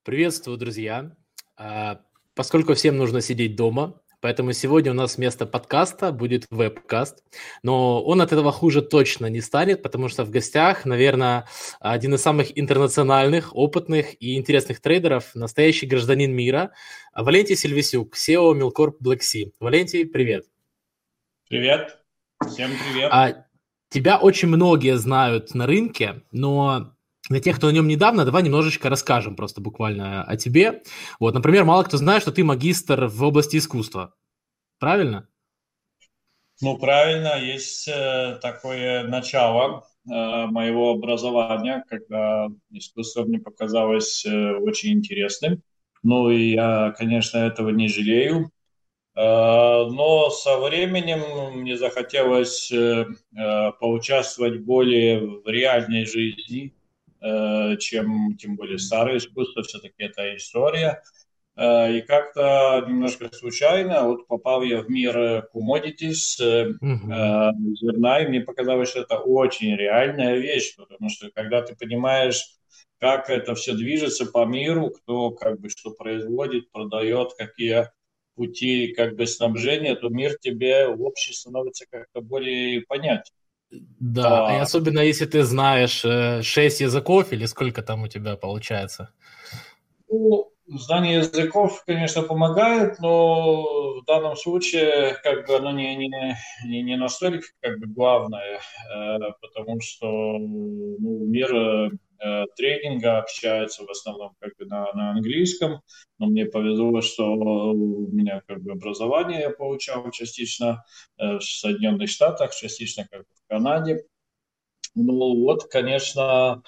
Приветствую, друзья. Поскольку всем нужно сидеть дома, поэтому сегодня у нас вместо подкаста будет вебкаст. Но он от этого хуже точно не станет, потому что в гостях, наверное, один из самых интернациональных, опытных и интересных трейдеров, настоящий гражданин мира, Валентий Сильвесюк, SEO Milcorp Black Sea. Валентий, привет. Привет. Всем привет. Тебя очень многие знают на рынке, но для тех, кто на нем недавно, давай немножечко расскажем просто буквально о тебе. Вот, например, мало кто знает, что ты магистр в области искусства. Правильно? Ну, правильно, есть такое начало моего образования, когда искусство мне показалось очень интересным. Ну, и я, конечно, этого не жалею. Но со временем мне захотелось поучаствовать более в реальной жизни, чем тем более старое искусство, все-таки это история. И как-то немножко случайно вот попал я в мир commodities, Мгм. зерна, и мне показалось, что это очень реальная вещь, потому что когда ты понимаешь, как это все движется по миру, кто как бы что производит, продает, какие пути как бы снабжения, то мир тебе в общем становится как-то более понятен. Да, и А, особенно если ты знаешь 6 языков или сколько там у тебя получается. Ну, знание языков, конечно, помогает, но в данном случае как бы оно не настолько как бы главное, потому что ну, мир трейдинга общается в основном как бы на английском, но мне повезло, что у меня как бы образование я получал частично в Соединенных Штатах, частично как бы в Канаде. Ну вот, конечно,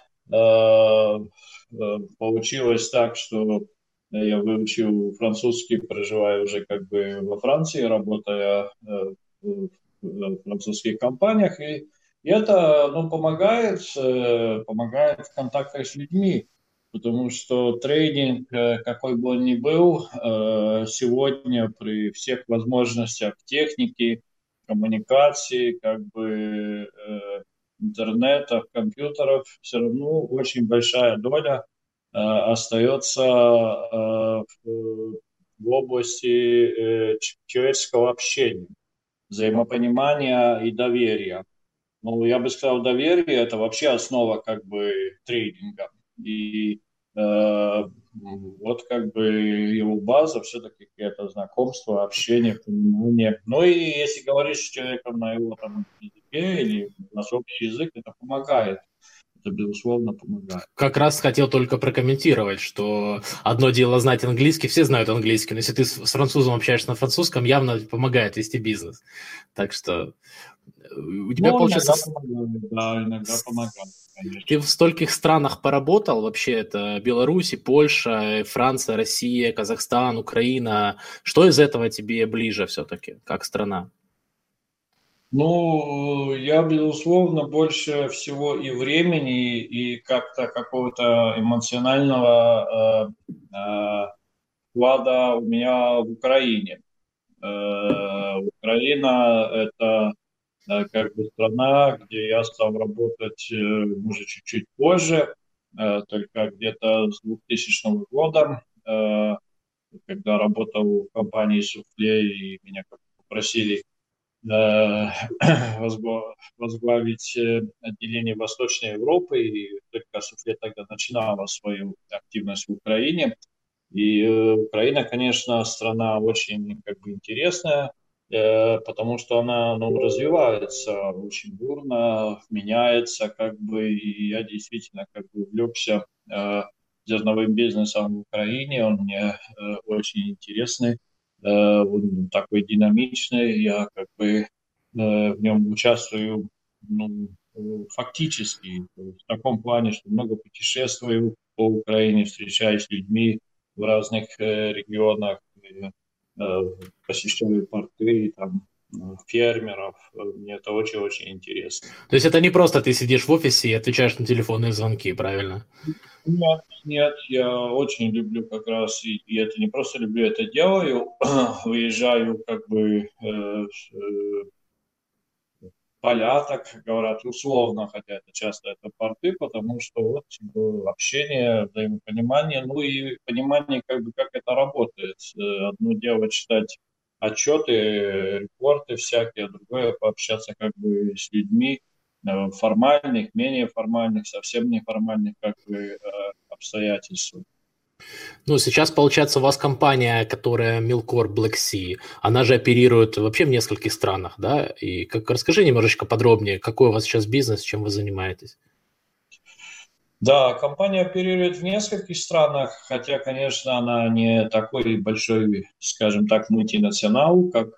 получилось так, что я выучил французский, проживая уже как бы во Франции, работая в французских компаниях, и это, ну, помогает в контактах с людьми, потому что трейдинг, какой бы он ни был, сегодня при всех возможностях техники, коммуникации, как бы интернета, компьютеров, все равно очень большая доля остается в области человеческого общения, взаимопонимания и доверия. Ну, я бы сказал, доверие – это вообще основа как бы трейдинга. И вот как бы его база все-таки это знакомство, общение, понимание. Ну и если говоришь с человеком на его там языке или на общий язык, это помогает. Это, безусловно, помогает. Как раз хотел только прокомментировать, что одно дело знать английский, все знают английский, но если ты с французом общаешься на французском, явно помогает вести бизнес. Так что у тебя, Ну, получается, иногда помогает, да, иногда помогает, ты конечно. в стольких странах поработал вообще, это Беларусь, Польша, Франция, Россия, Казахстан, Украина. Что из этого тебе ближе все-таки, как страна? Ну, я, безусловно, больше всего и времени, и как-то какого-то эмоционального вклада у меня в Украине. Украина – это как бы страна, где я стал работать уже чуть-чуть позже, только где-то с 2000 года, когда работал в компании «Суфле», и меня как-то попросили э, возглавить отделение Восточной Европы, и только «Суфле» тогда начинала свою активность в Украине. И Украина, конечно, страна очень как бы интересная, потому что она ну, развивается очень бурно, меняется, как бы, и я действительно как бы увлекся зерновым бизнесом в Украине, он мне очень интересный, он такой динамичный, я как бы в нем участвую ну, фактически, в таком плане, что много путешествую по Украине, встречаюсь с людьми, в разных регионах, посещали порты, там, фермеров. Мне это очень-очень интересно. То есть это не просто ты сидишь в офисе и отвечаешь на телефонные звонки, правильно? Нет, нет, я очень люблю как раз, и это не просто люблю, это делаю, выезжаю как бы поля, так говорят, условно, хотя это часто это порты, потому что вот общение, взаимопонимание, ну и понимание, как бы, как это работает. Одно дело читать отчеты, репорты всякие, а другое пообщаться как бы с людьми формальных, менее формальных, совсем неформальных как бы обстоятельств. Ну, сейчас, получается, у вас компания, которая Milcor Black Sea, она же оперирует вообще в нескольких странах, да? И расскажи немножечко подробнее, какой у вас сейчас бизнес, чем вы занимаетесь? Да, компания оперирует в нескольких странах, хотя, конечно, она не такой большой, скажем так, мультинационал, как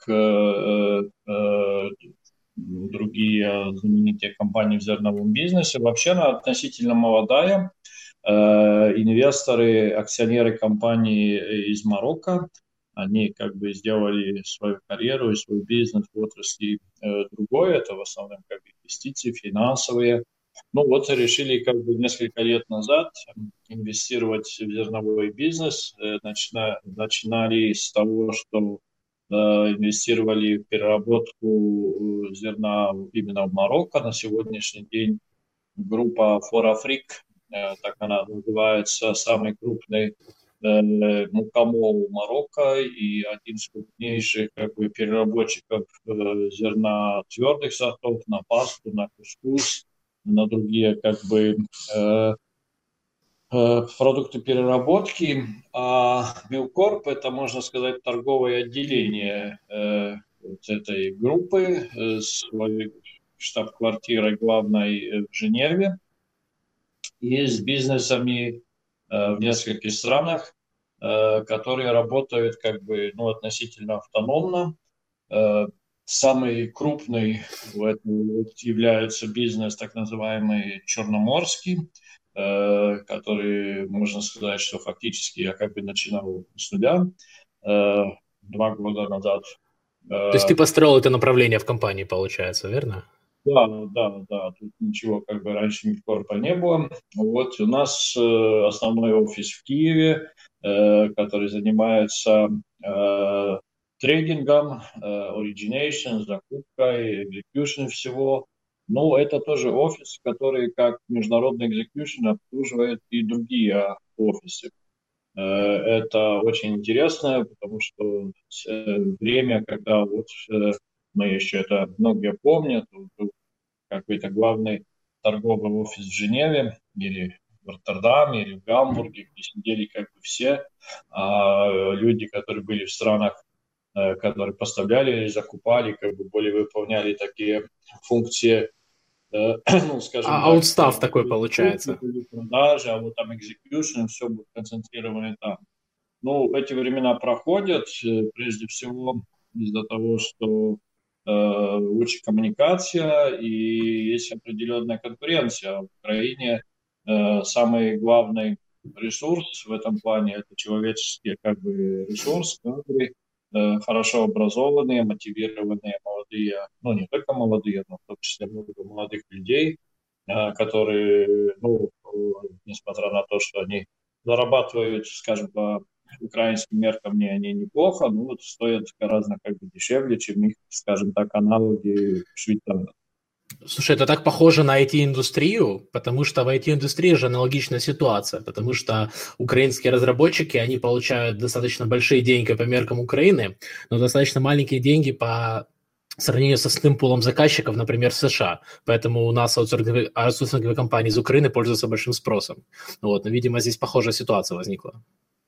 другие знаменитые компании в зерновом бизнесе. Вообще она относительно молодая. Инвесторы, акционеры компании из Марокко, они как бы сделали свою карьеру и свой бизнес в отрасли другой. Это в основном как бы инвестиции финансовые. Ну вот решили как бы несколько лет назад инвестировать в зерновой бизнес. Начинали с того, что инвестировали в переработку зерна именно в Марокко. На сегодняшний день группа Форафрик, так она называется, самый крупный мукомол Марокко и один из крупнейших как бы, переработчиков зерна твердых сортов на пасту, на кускус, на другие как бы продукты переработки. А Билкорп — это, можно сказать, торговое отделение вот этой группы с своей штаб-квартирой главной в Женеве и с бизнесами в нескольких странах, которые работают как бы ну, относительно автономно. Э, Самый крупный является бизнес, так называемый черноморский, который, можно сказать, что фактически я как бы начинал с нуля 2 года назад. То есть ты Э, построил это направление в компании, получается, верно? Да, да, да, тут ничего как бы раньше Мидкорпа не было. Вот у нас основной офис в Киеве, который занимается трейдингом, origination, закупкой, execution всего. Ну, это тоже офис, который как международный execution обслуживает и другие офисы. Это очень интересно, потому что время, когда вот мы еще это многие помнят, какой-то главный торговый офис в Женеве или в Роттердаме или в Гамбурге, где сидели как бы все люди, которые были в странах, которые поставляли, закупали, как бы более выполняли такие функции, ну, скажем А так, аутстав такой или закупки, получается. или продажи, а вот там execution, все будет концентрировано там. Ну, эти времена проходят, прежде всего из-за того, что лучше коммуникация и есть определенная конкуренция. В Украине самый главный ресурс в этом плане — это человеческий как бы ресурс, кадры, хорошо образованные, мотивированные молодые, ну не только молодые, но в том числе много молодых людей, которые, ну, несмотря на то, что они зарабатывают, скажем, по украинским меркам они неплохо, но вот стоят гораздо как бы дешевле, чем их, скажем так, аналоги в Швейцарии. Слушай, это так похоже на IT-индустрию, потому что в IT-индустрии же аналогичная ситуация, потому что украинские разработчики, они получают достаточно большие деньги по меркам Украины, но достаточно маленькие деньги по сравнению со основным пулом заказчиков, например, в США. Поэтому у нас аутсорсинговые компании из Украины пользуются большим спросом. Вот, но, видимо, здесь похожая ситуация возникла.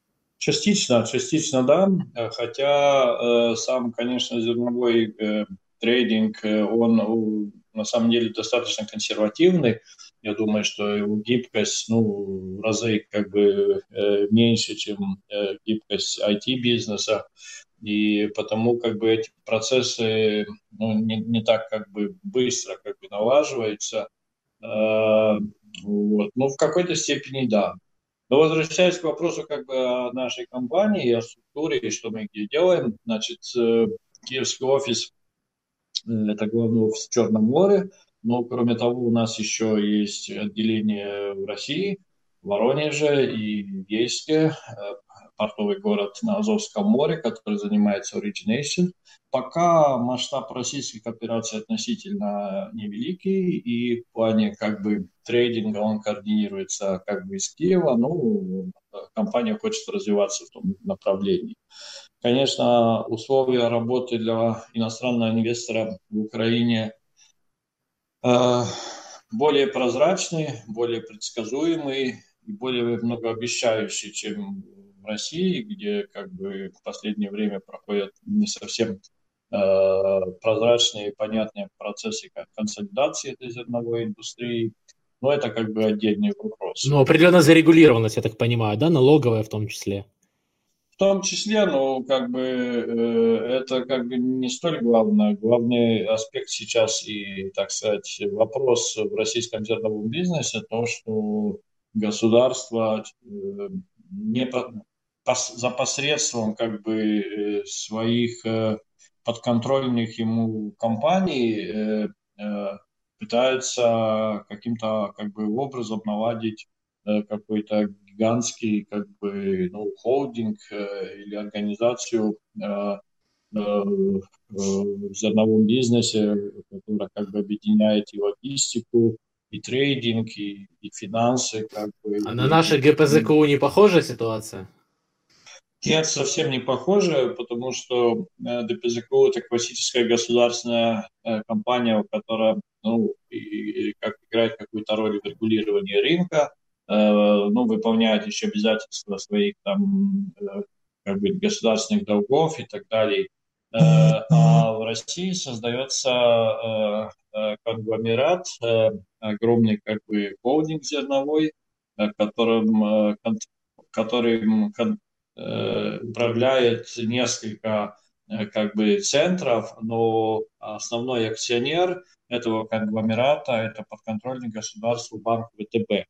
Частично, да, хотя сам, конечно, зерновой трейдинг, он на самом деле достаточно консервативный. Я думаю, что его гибкость, ну, в разы как бы меньше, чем гибкость IT-бизнеса. И потому как бы эти процессы ну, не так как бы быстро как бы налаживаются. Вот. Ну, в какой-то степени да. Но возвращаясь к вопросу как бы о нашей компании, о структуре и что мы где делаем, значит, киевский офис это главный офис в Черном море, но кроме того у нас еще есть отделение в России, в Воронеже и в Ейске, портовый город на Азовском море, который занимается origination. пока масштаб российских операций относительно невеликий, и в плане как бы трейдинга он координируется как бы из Киева, ну, компания хочет развиваться в том направлении. Конечно, условия работы для иностранного инвестора в Украине более прозрачные, более предсказуемые и более многообещающие, чем в России, где как бы в последнее время проходят не совсем прозрачные и понятные процессы консолидации этой зерновой индустрии. Но это как бы отдельный вопрос. Ну, определенно зарегулированность, я так понимаю, да, налоговая в том числе. В том числе, но как бы это как бы не столь главное. Главный аспект сейчас и, так сказать, вопрос в российском зерновом бизнесе, то, что государство не за посредством как бы своих подконтрольных ему компаний пытается каким-то как бы образом наладить какой-то гигантский как бы холдинг или организацию в зерновом бизнесе, которая как бы объединяет и логистику, и трейдинг, и финансы. Как бы, А на наши ГПЗКУ не похожая ситуация? Нет, совсем не похоже, потому что ДПЗКУ – это классическая государственная компания, которая как играет какую-то роль в регулировании рынка, выполняет еще обязательства своих там как бы государственных долгов и так далее. А в России создается конгломерат, огромный как бы холдинг зерновой, которым управляет несколько как бы центров, но основной акционер этого конгломерата – это подконтрольный государству банк ВТБ.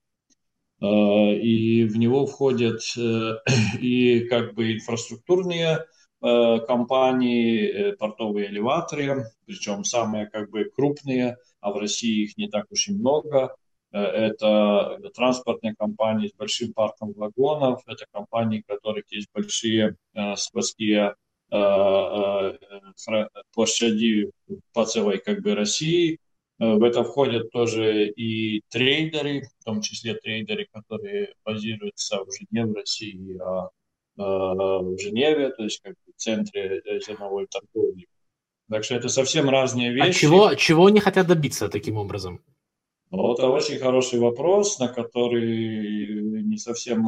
И в него входят и как бы инфраструктурные компании, портовые элеваторы, причем самые как бы крупные, а в России их не так уж и много. Это транспортные компании с большим парком вагонов, это компании, у которых есть большие складские площади по целой как бы России. В это входят тоже и трейдеры, в том числе трейдеры, которые базируются уже не в России, а в Женеве, то есть как бы в центре зерновой торговли. Так что это совсем разные вещи. А чего они хотят добиться таким образом? Ну, это очень хороший вопрос, на который не совсем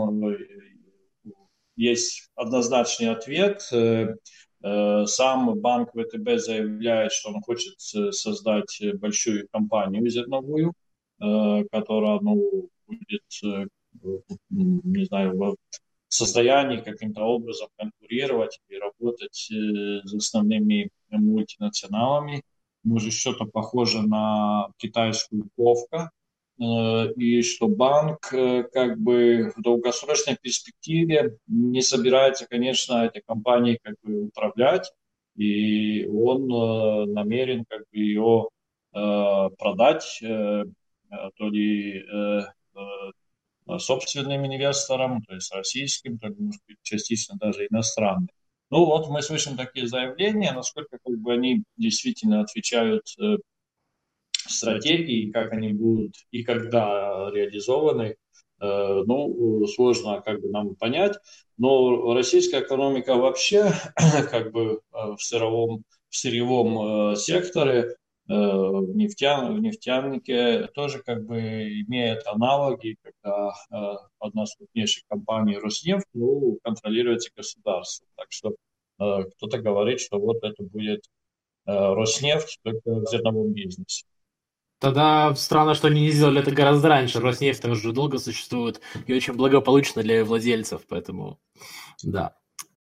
есть однозначный ответ. Сам банк ВТБ заявляет, что он хочет создать большую компанию зерновую, которая будет, не знаю, в состоянии каким-то образом конкурировать и работать с основными мультинационалами. Может, что-то похоже на китайскую ковка, и что банк как бы в долгосрочной перспективе не собирается, конечно, этой компанией как бы управлять, и он намерен как бы ее продать то ли собственным инвесторам, то есть российским, то ли, может быть, частично даже иностранным. Ну вот мы слышим такие заявления, насколько как бы они действительно отвечают стратегии, как они будут и когда реализованы, сложно как бы нам понять. Но российская экономика вообще как бы в сырьевом секторе, в нефтянике тоже как бы имеет аналоги, когда одна из крупнейших компаний Роснефть контролируется государством. Так что кто-то говорит, что вот это будет Роснефть только в зерновом бизнесе. Тогда странно, что они не сделали это гораздо раньше. Роснефть там уже долго существует и очень благополучно для владельцев, поэтому да.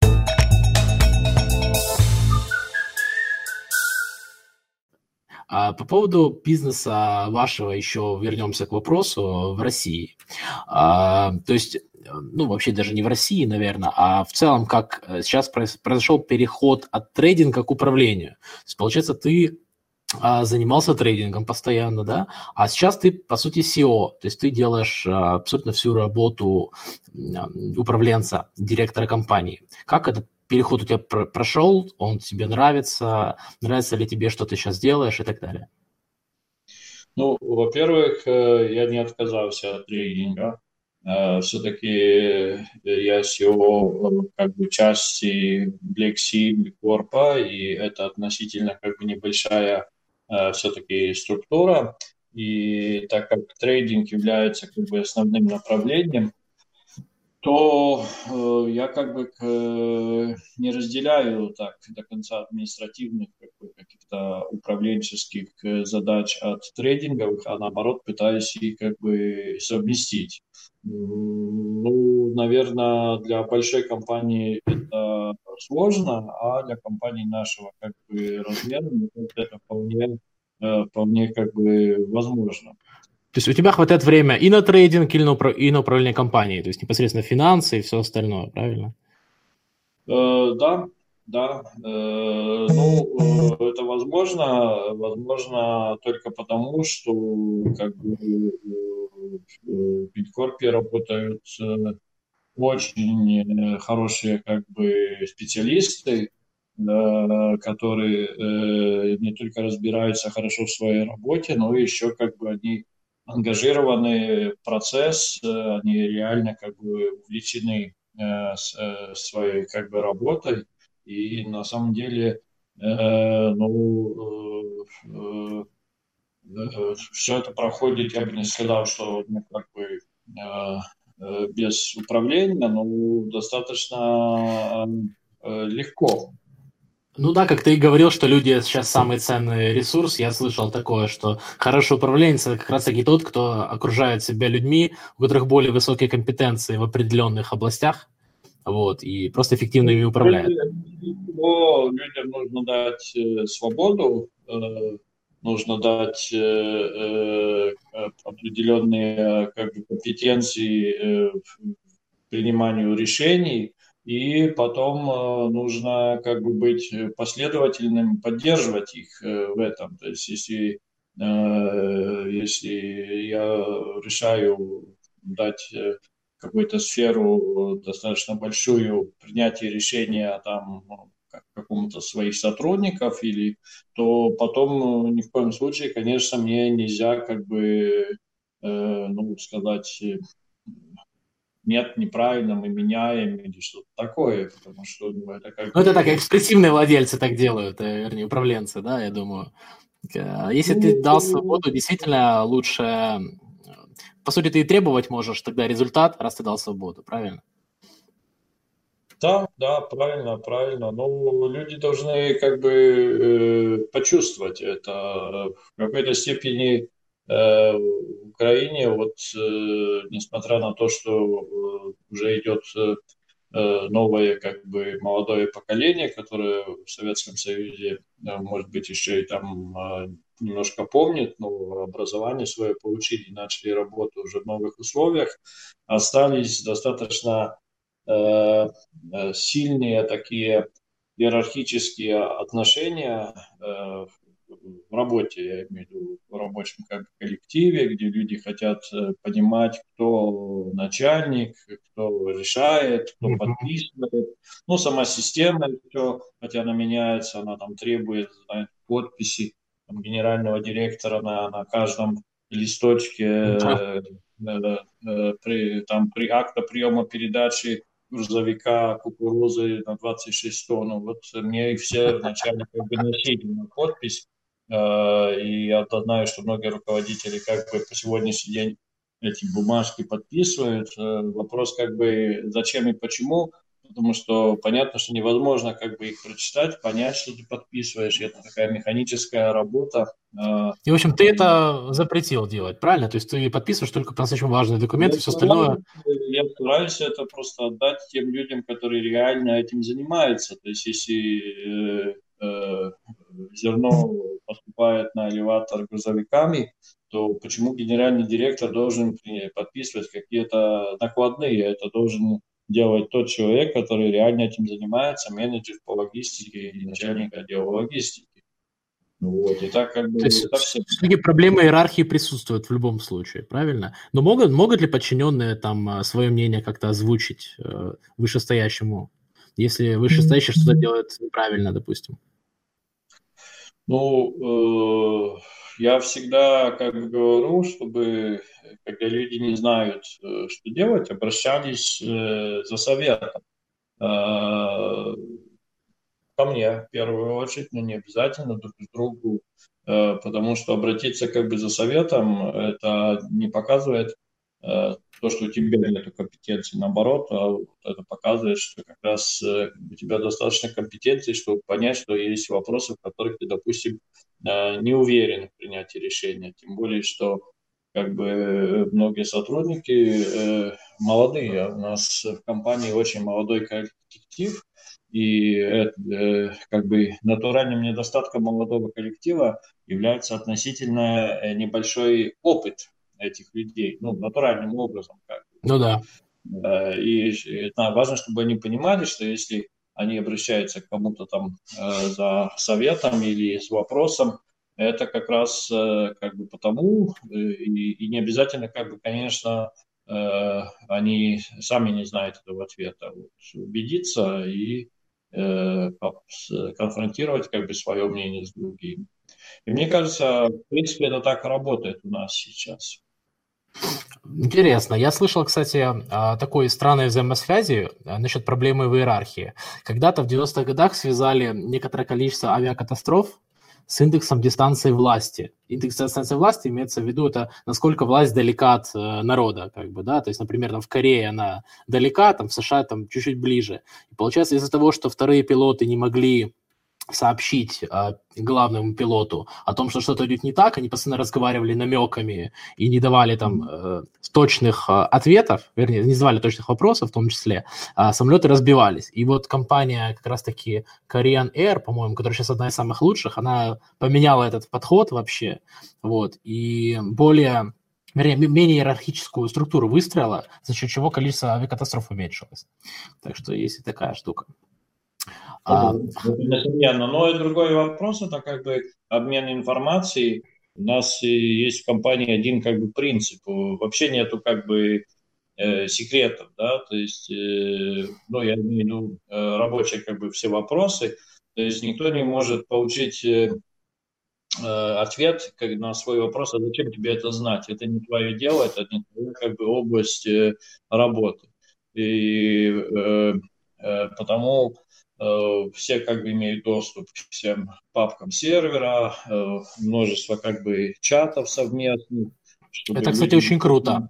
А по поводу бизнеса вашего еще вернемся к вопросу в России. То есть, вообще даже не в России, наверное, а в целом, как сейчас произошел переход от трейдинга к управлению. То есть, получается, ты занимался трейдингом постоянно, да, а сейчас ты, по сути, SEO, то есть ты делаешь абсолютно всю работу управленца, директора компании. Как этот переход у тебя прошел, он тебе нравится, нравится ли тебе, что ты сейчас делаешь и так далее? Ну, во-первых, я не отказался от трейдинга. Все-таки я SEO как бы части Black Sea, Corp, и это относительно как бы небольшая все-таки структура. И так как трейдинг является как бы основным направлением, то я как бы не разделяю так до конца административных как бы, каких-то управленческих задач от трейдинговых, а наоборот пытаюсь их как бы совместить. Ну, наверное, для большой компании это сложно, а для компании нашего как бы размера, мне кажется, это вполне как бы возможно. То есть у тебя хватает время и на трейдинг, и на управление компанией, то есть непосредственно финансы и все остальное, правильно? Да, да. Ну, это возможно только потому, что как бы в Биткорпе работают очень хорошие как бы специалисты, которые не только разбираются хорошо в своей работе, но еще как бы они ангажированы в процесс, они реально как бы увлечены своей как бы работой. И на самом деле, все это проходит, я бы не сказал, что ну, как бы без управления, но достаточно легко. Ну да, как ты и говорил, что люди сейчас самый ценный ресурс. Я слышал такое, что хороший управленец – это как раз-таки тот, кто окружает себя людьми, у которых более высокие компетенции в определенных областях, вот, и просто эффективно ими управляет. Людям нужно дать свободу, нужно дать определенные как бы, компетенции в приниманию решений, и потом нужно как бы быть последовательным, поддерживать их в этом. То есть если я решаю дать какую-то сферу достаточно большую принятие решения там ну, какому-то своих сотрудников или то потом ни в коем случае, конечно, мне нельзя как бы ну сказать нет, неправильно, мы меняем или что-то такое, потому что ну, это как Ну, это так, бы экспрессивные владельцы так делают, вернее, управленцы, да, я думаю. Если ты дал ну, свободу, действительно лучше, по сути, ты и требовать можешь тогда результат, раз ты дал свободу, правильно? да, да, правильно, правильно. Но люди должны как бы почувствовать это. В какой-то степени в Украине, вот несмотря на то, что уже идет новое как бы молодое поколение, которое в Советском Союзе, может быть, еще и там немножко помнит, но образование свое получили, начали работу уже в новых условиях, остались достаточно сильные такие иерархические отношения в работе, я имею в виду в рабочем как коллективе, где люди хотят понимать, кто начальник, кто решает, кто Мгм. подписывает. Ну, сама система, все, хотя она меняется, она там требует знаете, подписи там, генерального директора на каждом листочке Да. при акта приема передачи грузовика кукурузы на 26 тонн. Вот мне их все вначале как бы носили на подпись. И я знаю, что многие руководители как бы по сегодняшний день эти бумажки подписывают. Вопрос как бы зачем и почему, потому что понятно, что невозможно как бы их прочитать, понять, что ты подписываешь. И это такая механическая работа. И, в общем, ты это запретил делать, правильно? То есть ты подписываешь только по-настоящему важные Я документы, все остальное. стараюсь, я стараюсь это просто отдать тем людям, которые реально этим занимаются. То есть, если зерно поступает на элеватор грузовиками, то почему генеральный директор должен подписывать какие-то накладные? Это должен делать тот человек, который реально этим занимается, менеджер по логистике или начальник отдела логистики. Вот, и так как бы То есть так все. все-таки проблемы иерархии присутствуют в любом случае, правильно? Но могут ли подчиненные там свое мнение как-то озвучить вышестоящему, если вышестоящий что-то делает неправильно, допустим? Я всегда как бы говорю, чтобы, когда люди не знают, что делать, обращались за советом. Э, Ко мне в первую очередь, но не обязательно друг к другу, потому что обратиться как бы за советом, это не показывает то, что у тебя нет компетенции, наоборот, а вот это показывает, что как раз у тебя достаточно компетенции, чтобы понять, что есть вопросы, в которых ты, допустим, не уверен в принятии решения. Тем более, что как бы многие сотрудники молодые. У нас в компании очень молодой коллектив, и как бы натуральным недостатком молодого коллектива является относительно небольшой опыт этих людей, ну, натуральным образом. Как Ну бы. да. И это важно, чтобы они понимали, что если они обращаются к кому-то там за советом или с вопросом, это как раз как бы потому, и не обязательно, как бы, конечно, они сами не знают этого ответа. Вот, убедиться и конфронтировать как бы свое мнение с другими. И мне кажется, в принципе, это так работает у нас сейчас. Интересно. Я слышал, кстати, о такой странной взаимосвязи насчет проблемы в иерархии. Когда-то в 90-х годах связали некоторое количество авиакатастроф с индексом дистанции власти. Индекс дистанции власти имеется в виду, это насколько власть далека от народа, как бы, да, то есть, например, там в Корее она далека, там в США там чуть-чуть ближе. И получается, из-за того, что вторые пилоты не могли сообщить главному пилоту о том, что что-то идет не так, они постоянно разговаривали намеками и не давали там точных ответов, вернее, не задавали точных вопросов в том числе, самолеты разбивались. И вот компания как раз-таки Korean Air, по-моему, которая сейчас одна из самых лучших, она поменяла этот подход вообще, вот, и более, вернее, менее иерархическую структуру выстроила, за счет чего количество авиакатастроф уменьшилось. Так что есть и такая штука. Это несомненно. Но и другой вопрос, это как бы обмен информацией. У нас есть в компании один как бы принцип. Вообще нету как бы секретов, да, то есть, ну, я имею в виду рабочие как бы все вопросы, то есть никто не может получить ответ как, на свой вопрос, а зачем тебе это знать? Это не твое дело, это не твоя как бы область работы. И потому все как бы имеют доступ к всем папкам сервера, множество как бы чатов совместных, чтобы Это, кстати, люди очень круто.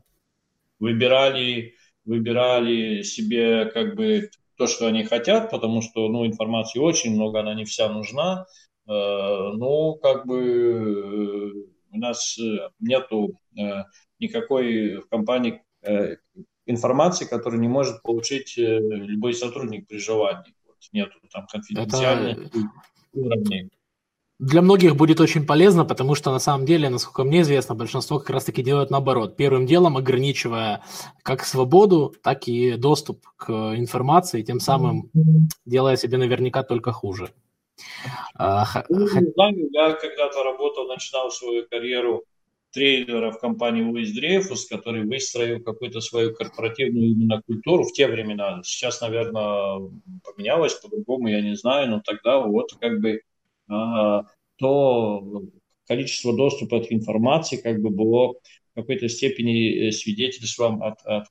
выбирали себе как бы то, что они хотят, потому что, ну, информации очень много, она не вся нужна. Ну, как бы у нас нету никакой в компании информации, которую не может получить любой сотрудник при желании. Вот, нету там Это конфиденциальности уровней. для многих будет очень полезно, потому что на самом деле, насколько мне известно, большинство как раз-таки делают наоборот. Первым делом ограничивая как свободу, так и доступ к информации, тем самым делая себе наверняка только хуже. Ну, не знаю, я когда-то работал, начинал свою карьеру трейдера в компании Луис Дрейфус, который выстроил какую-то свою корпоративную именно культуру в те времена. Сейчас, наверное, поменялось по-другому, я не знаю, но тогда вот как бы а, то количество доступа к информации как бы было в какой-то степени свидетельством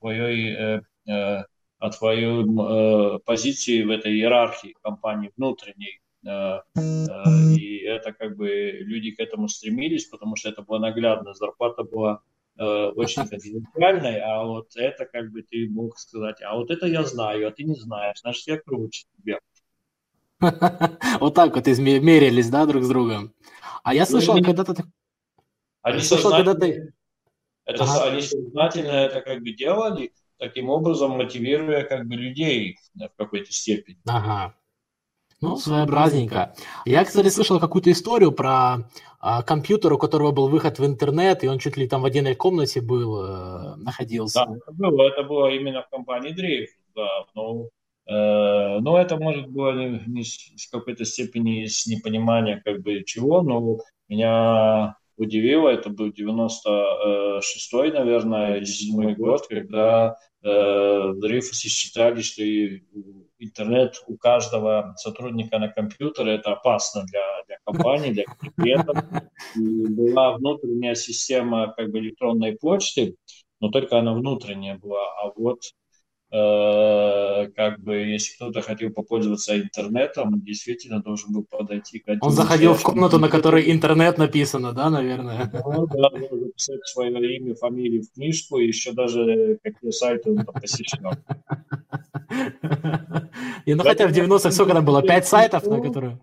о твоей позиции в этой иерархии компании внутренней. И это как бы люди к этому стремились, потому что это было наглядно. Зарплата была очень конфиденциальной, а вот это как бы ты мог сказать, а вот это я знаю, а ты не знаешь, значит я круче тебя. Вот так вот мерились, да, друг с другом. А я Ну, слышал когда-то... они Слышал когда-то... сознательно Ага. они сознательно это как бы делали, таким образом мотивируя как бы людей в какой-то степени. Ага. Ну, своеобразненько. Я, кстати, слышал какую-то историю про компьютер, у которого был выход в интернет, и он чуть ли там в отдельной комнате был, Да, находился. это было именно в компании Дрейфус, да, но Но это, может, было не с какой-то степени с непонимания как бы чего, но меня удивило, это был 96-й, наверное, или 7-й год, когда в Дрейфусе считали, что интернет у каждого сотрудника на компьютере это опасно для компании, для клиентов. И была внутренняя система как бы электронной почты, но только она внутренняя была, а вот как бы, если кто-то хотел попользоваться интернетом, действительно должен был подойти к Он отделу заходил в связи. комнату, на которой интернет написано, да, наверное? Да, да, да, записать свое имя, фамилию в книжку, и еще даже какие сайты он там посещал. И, ну, хотя в Поэтому 90-х сколько там было? 5 сайтов, на которые...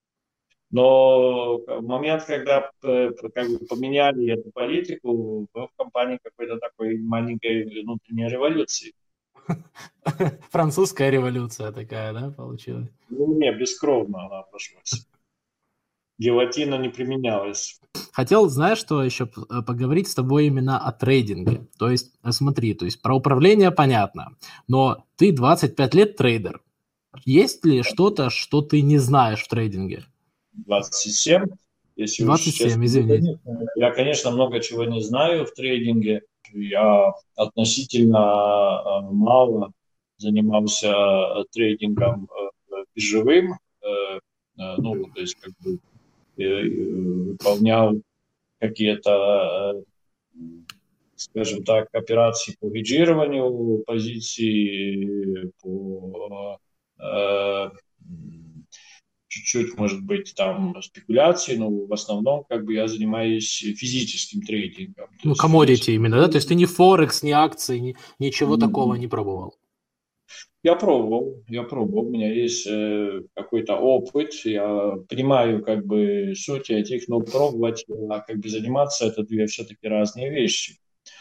но в момент, когда как бы поменяли эту политику, был в компании какой-то такой маленькой внутренней революции. Французская революция такая, да, получилась? Ну, не, бескровно она обошлась. Гильотина не применялась. Хотел, знаешь, что еще поговорить с тобой именно о трейдинге. То есть, смотри, то есть про управление понятно, но ты 25 лет трейдер. Есть ли что-то, что ты не знаешь в трейдинге? 27, если уж 27, честно. извините. Я, конечно, много чего не знаю в трейдинге. Я относительно мало занимался трейдингом биржевым. Ну, то есть, как бы выполнял какие-то, скажем так, операции по хеджированию позиций, по чуть-чуть, может быть, там спекуляции, но в основном как бы я занимаюсь физическим трейдингом. То Ну, есть commodity именно, да? То есть ты ни Форекс, ни акции, ничего такого не пробовал? Я пробовал, у меня есть какой-то опыт, я понимаю как бы суть этих, но пробовать, как бы заниматься, это две все-таки разные вещи.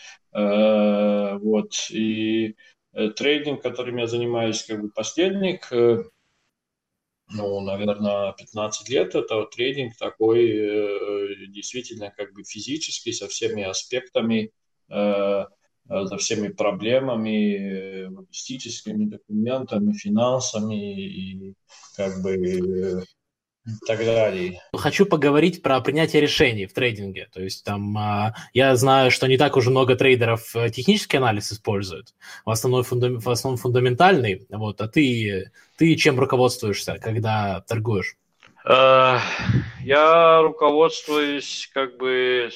Вот, и трейдинг, которым я занимаюсь как бы последних, ну, наверное, 15 лет, это трейдинг такой действительно как бы физический, со всеми аспектами, со всеми проблемами, логистическими документами, финансами и как бы так далее. Хочу поговорить про принятие решений в трейдинге. То есть там я знаю, что не так уж много трейдеров технический анализ используют, в основном, фундаментальный. Вот, а ты чем руководствуешься, когда торгуешь? Я руководствуюсь как бы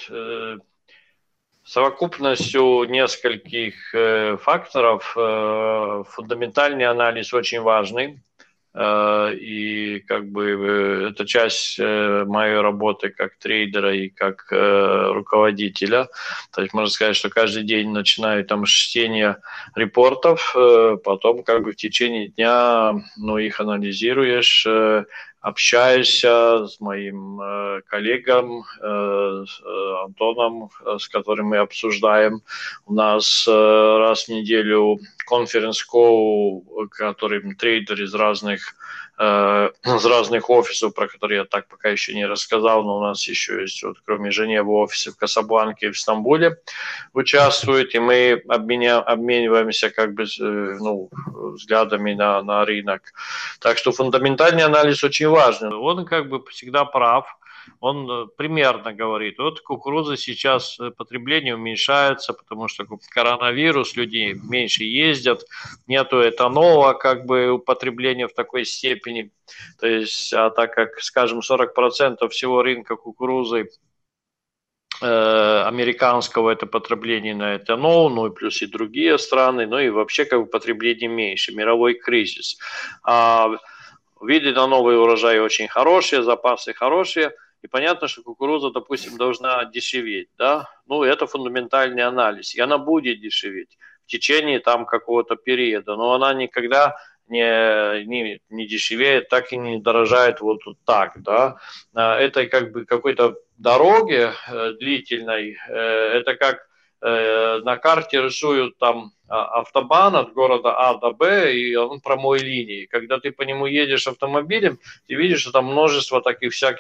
совокупностью нескольких факторов. Фундаментальный анализ очень важный. И как бы это часть моей работы как трейдера и как руководителя. То есть можно сказать, что каждый день начинаю там с чтения репортов, потом как бы в течение дня их анализируешь, общаешься с моим коллегом Антоном, с которым мы обсуждаем. У нас раз в неделю конференц-колл, который трейдер из разных офисов, про которые я так пока еще не рассказал, но у нас еще есть, вот, кроме Женевы, офисы в Касабланке и в Стамбуле участвуют, и мы обмениваемся как бы взглядами на рынок. Так что фундаментальный анализ очень важный. Он как бы всегда прав. Он примерно говорит, вот кукуруза сейчас потребление уменьшается, потому что коронавирус, люди меньше ездят, нету этанола, как бы употребления в такой степени. То есть, а так как, скажем, 40% всего рынка кукурузы американского это потребление на этанол, ну и плюс и другие страны, ну и вообще как бы потребление меньше, мировой кризис. Виды на новый урожай очень хорошие, запасы хорошие, и понятно, что кукуруза, допустим, должна дешеветь, да, ну это фундаментальный анализ, и она будет дешеветь в течение там какого-то периода, но она никогда не дешевеет, так и не дорожает вот так, да. Это как бы какой-то дороге длительной, это как на карте рисуют там автобан от города А до Б, и он прямой линии. Когда ты по нему едешь автомобилем, ты видишь, что там множество таких всяких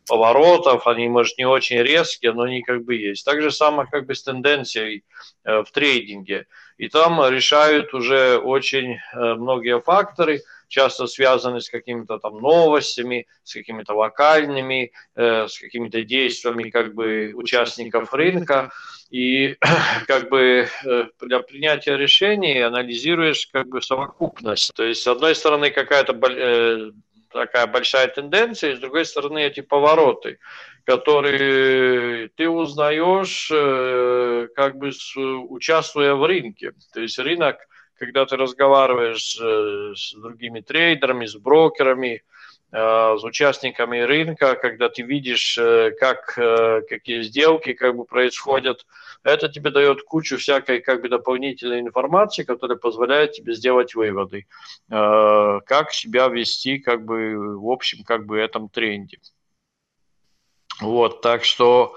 поворотов, они, может, не очень резкие, но они как бы есть. Так же самое как бы с тенденцией в трейдинге. И там решают уже очень многие факторы, часто связаны с какими-то там новостями, с какими-то локальными, с какими-то действиями как бы участников рынка. И как бы для принятия решений анализируешь как бы совокупность. То есть, с одной стороны, какая-то такая большая тенденция, с другой стороны, эти повороты, которые ты узнаешь, как бы участвуя в рынке. То есть рынок, когда ты разговариваешь с другими трейдерами, с брокерами, с участниками рынка, когда ты видишь, какие сделки как бы происходят, это тебе дает кучу всякой как бы дополнительной информации, которая позволяет тебе сделать выводы, как себя вести как бы в общем как бы этом тренде. Вот, так что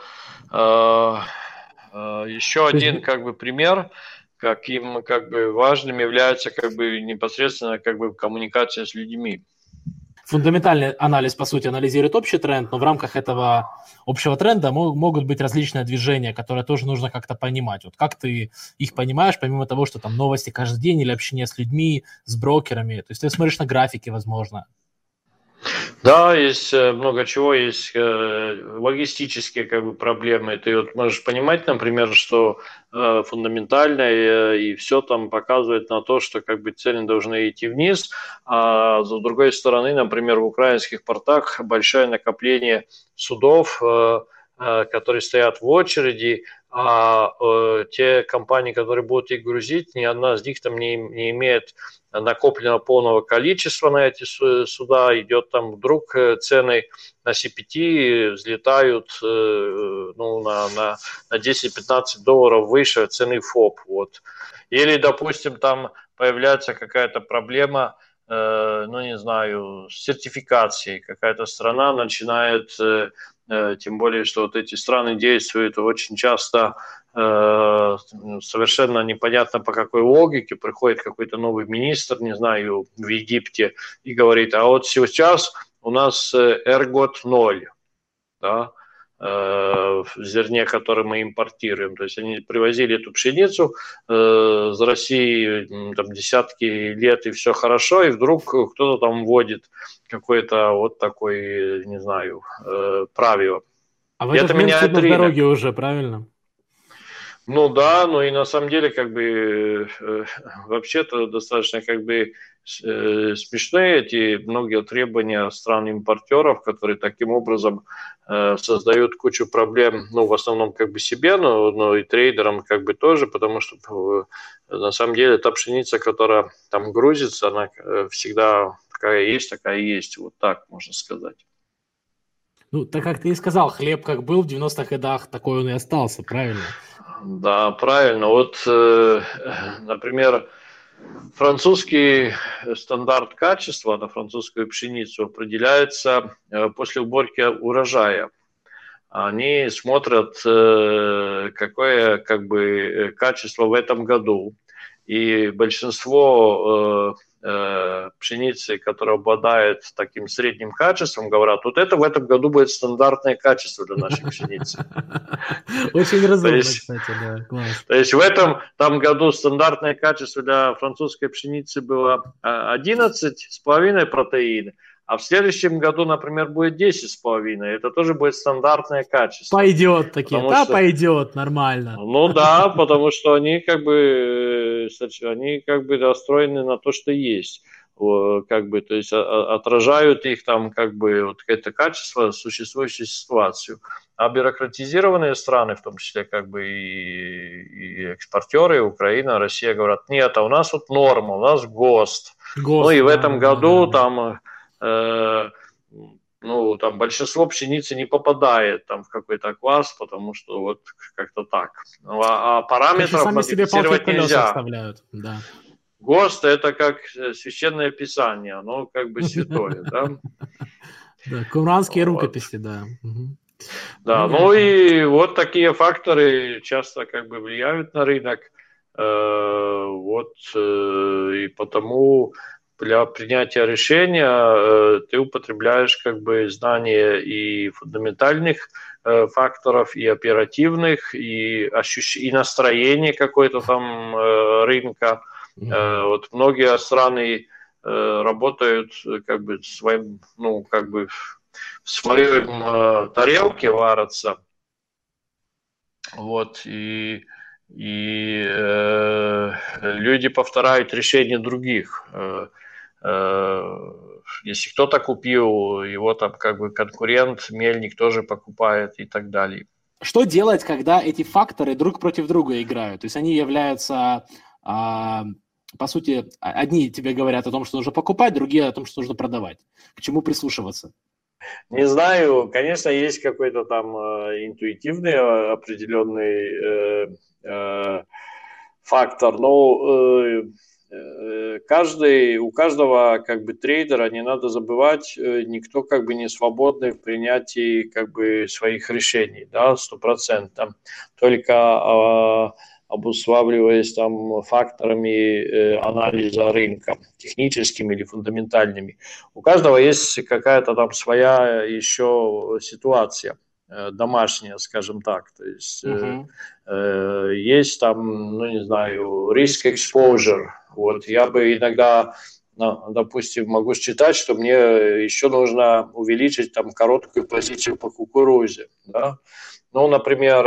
еще один как бы пример, каким как бы важным является как бы непосредственно как бы коммуникация с людьми. Фундаментальный анализ, по сути, анализирует общий тренд, но в рамках этого общего тренда могут быть различные движения, которые тоже нужно как-то понимать. Вот как ты их понимаешь, помимо того, что там новости каждый день или общение с людьми, с брокерами? То есть ты смотришь на графики, возможно. Да, есть много чего, есть логистические как бы проблемы. Ты вот можешь понимать, например, что фундаментально и все там показывает на то, что как бы цены должны идти вниз, а с другой стороны, например, в украинских портах большое накопление судов, которые стоят в очереди, а те компании, которые будут их грузить, ни одна из них там не имеет накопленного полного количества на эти суда, идет там вдруг цены на CPT взлетают на 10-15 долларов выше цены ФОБ. Вот. Или, допустим, там появляется какая-то проблема, не знаю, с сертификацией. Какая-то страна начинает, тем более, что вот эти страны действуют очень часто совершенно непонятно по какой логике, приходит какой-то новый министр, не знаю, в Египте и говорит, а вот сейчас у нас эргот 0, да, в зерне, которое мы импортируем. То есть они привозили эту пшеницу из России там, десятки лет, и все хорошо, и вдруг кто-то там вводит какое-то вот такое, не знаю, правило. А в этот момент судно в дороге уже, правильно? Ну да, но и на самом деле как бы вообще-то достаточно как бы смешные эти многие требования стран-импортеров, которые таким образом создают кучу проблем, в основном как бы себе, но и трейдерам как бы тоже, потому что на самом деле та пшеница, которая там грузится, она всегда такая есть, вот так можно сказать. Ну, так как ты и сказал, хлеб как был в 90-х годах, такой он и остался, правильно? Да, правильно. Вот, например, французский стандарт качества на французскую пшеницу определяется после уборки урожая. Они смотрят, какое как бы качество в этом году. И большинство пшеницы, которая обладает таким средним качеством, говорят, вот это в этом году будет стандартное качество для нашей пшеницы. Очень разумно, кстати, да, класс. То есть в этом там году стандартное качество для французской пшеницы было 11,5 протеина, а в следующем году, например, будет 10,5. Это тоже будет стандартное качество. Пойдет такие, да, пойдет, нормально. Ну да, потому что они как бы настроены на то, что есть. Как бы, то есть отражают их там как бы вот это качество, существующую ситуацию. А бюрократизированные страны, в том числе как бы и экспортеры, Украина, Россия говорят, нет, а у нас вот норма, у нас ГОСТ. Ну и в этом году там там большинство пшеницы не попадает там в какой-то класс, потому что вот как-то так. А параметров модифицировать нельзя. Да. ГОСТ – это как священное писание, оно как бы святое, да? Да, кумранские рукописи, да. Да, ну и вот такие факторы часто как бы влияют на рынок, и потому для принятия решения ты употребляешь как бы знания и фундаментальных факторов, и оперативных, и настроение какое-то там рынка. Вот многие страны работают как бы своим, ну, как бы в своем тарелке варятся. Вот, и люди повторяют решения других. Если кто-то купил, его там как бы конкурент, мельник тоже покупает и так далее. Что делать, когда эти факторы друг против друга играют? То есть они являются, по сути, одни тебе говорят о том, что нужно покупать, другие о том, что нужно продавать. К чему прислушиваться? Не знаю, конечно, есть какой-то там интуитивный определенный фактор, но у каждого как бы трейдера, не надо забывать, никто как бы не свободный в принятии как бы своих решений, да, 100%. Только обуславливаясь там факторами анализа рынка, техническими или фундаментальными. У каждого есть какая-то там своя еще ситуация домашняя, скажем так. То есть есть там, ну не знаю, risk exposure. Вот я бы иногда, допустим, могу считать, что мне еще нужно увеличить там короткую позицию по кукурузе, да? Ну, например,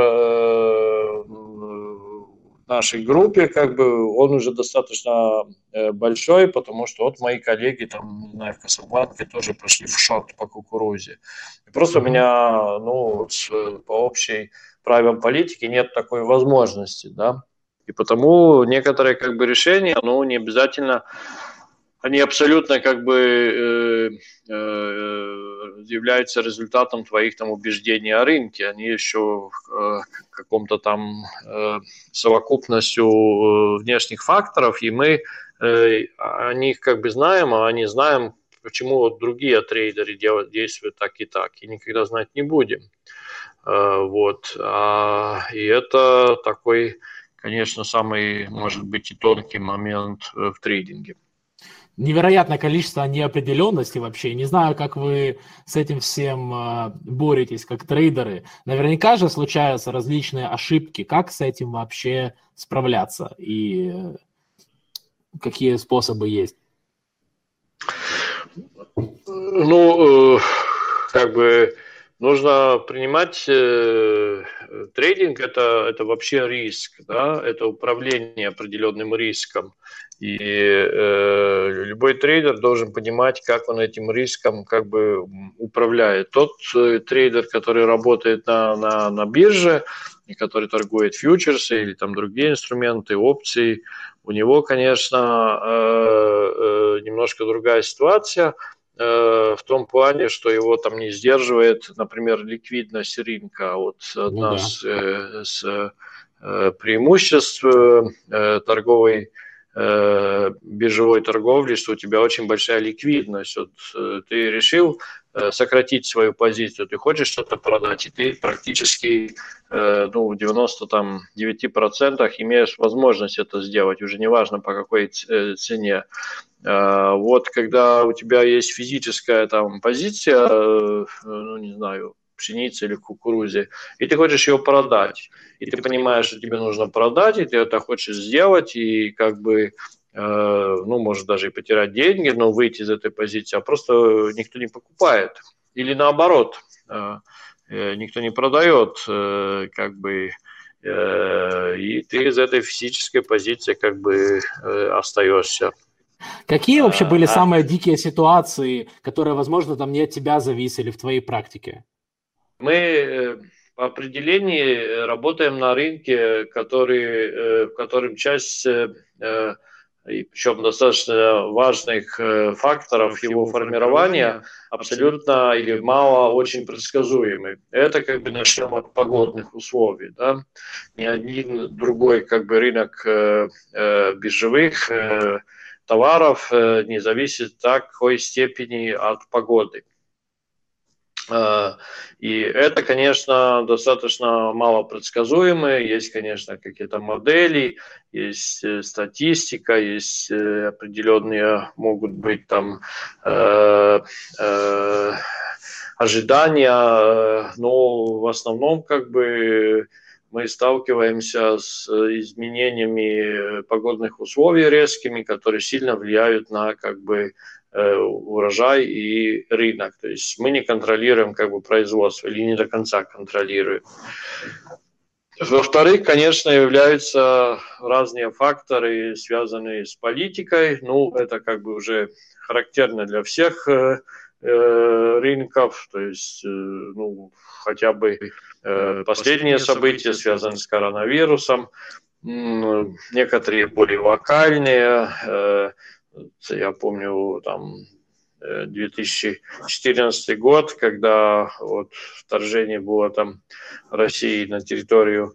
в нашей группе как бы он уже достаточно большой, потому что вот мои коллеги там, не знаю, в Касабланке тоже пошли в шорт по кукурузе. И просто у меня, ну, по общей правилам политики нет такой возможности, да. И потому некоторые как бы решения, ну, не обязательно, они абсолютно как бы являются результатом твоих там убеждений о рынке. Они еще каком-то там совокупностью внешних факторов, и мы о них как бы знаем, а они знаем, почему вот другие трейдеры действуют так, и никогда знать не будем. Вот. И это такой, конечно, самый, может быть, и тонкий момент в трейдинге. Невероятное количество неопределенности вообще. Не знаю, как вы с этим всем боретесь, как трейдеры. Наверняка же случаются различные ошибки. Как с этим вообще справляться? И какие способы есть? Ну, как бы нужно принимать трейдинг, это вообще риск, да, это управление определенным риском. И любой трейдер должен понимать, как он этим риском как бы управляет. Тот трейдер, который работает на бирже, и который торгует фьючерсы или там другие инструменты, опции, у него, конечно, немножко другая ситуация. В том плане, что его там не сдерживает, например, ликвидность рынка. Вот одна с преимуществ торговой биржевой торговли, что у тебя очень большая ликвидность. Вот ты решил сократить свою позицию, ты хочешь что-то продать, и ты практически в 99% имеешь возможность это сделать, уже неважно по какой цене. Вот когда у тебя есть физическая там позиция, ну не знаю, пшеницы или кукурузе, и ты хочешь ее продать, и ты понимаешь, что тебе нужно продать, и ты это хочешь сделать, и как бы, ну, может даже и потерять деньги, но выйти из этой позиции, а просто никто не покупает. Или наоборот, никто не продает, как бы, и ты из этой физической позиции как бы остаешься. Какие вообще были самые дикие ситуации, которые, возможно, там не от тебя зависели в твоей практике? Мы по определению работаем на рынке, в котором часть, причем достаточно важных факторов его формирования, абсолютно или мало очень предсказуемы. Это как бы начнем от погодных условий. Да? Ни один другой как бы рынок биржевых товаров не зависит в такой степени от погоды. И это, конечно, достаточно малопредсказуемо. Есть, конечно, какие-то модели, есть статистика, есть определенные, могут быть там ожидания, но в основном как бы мы сталкиваемся с изменениями погодных условий резкими, которые сильно влияют на как бы урожай и рынок. То есть мы не контролируем как бы производство или не до конца контролируем. Во-вторых, конечно, являются разные факторы, связанные с политикой. Ну, это как бы уже характерно для всех рынков. То есть, ну, хотя бы последние события, связанные с коронавирусом, некоторые более локальные. Я помню, там, 2014 год, когда вот вторжение было там России на территорию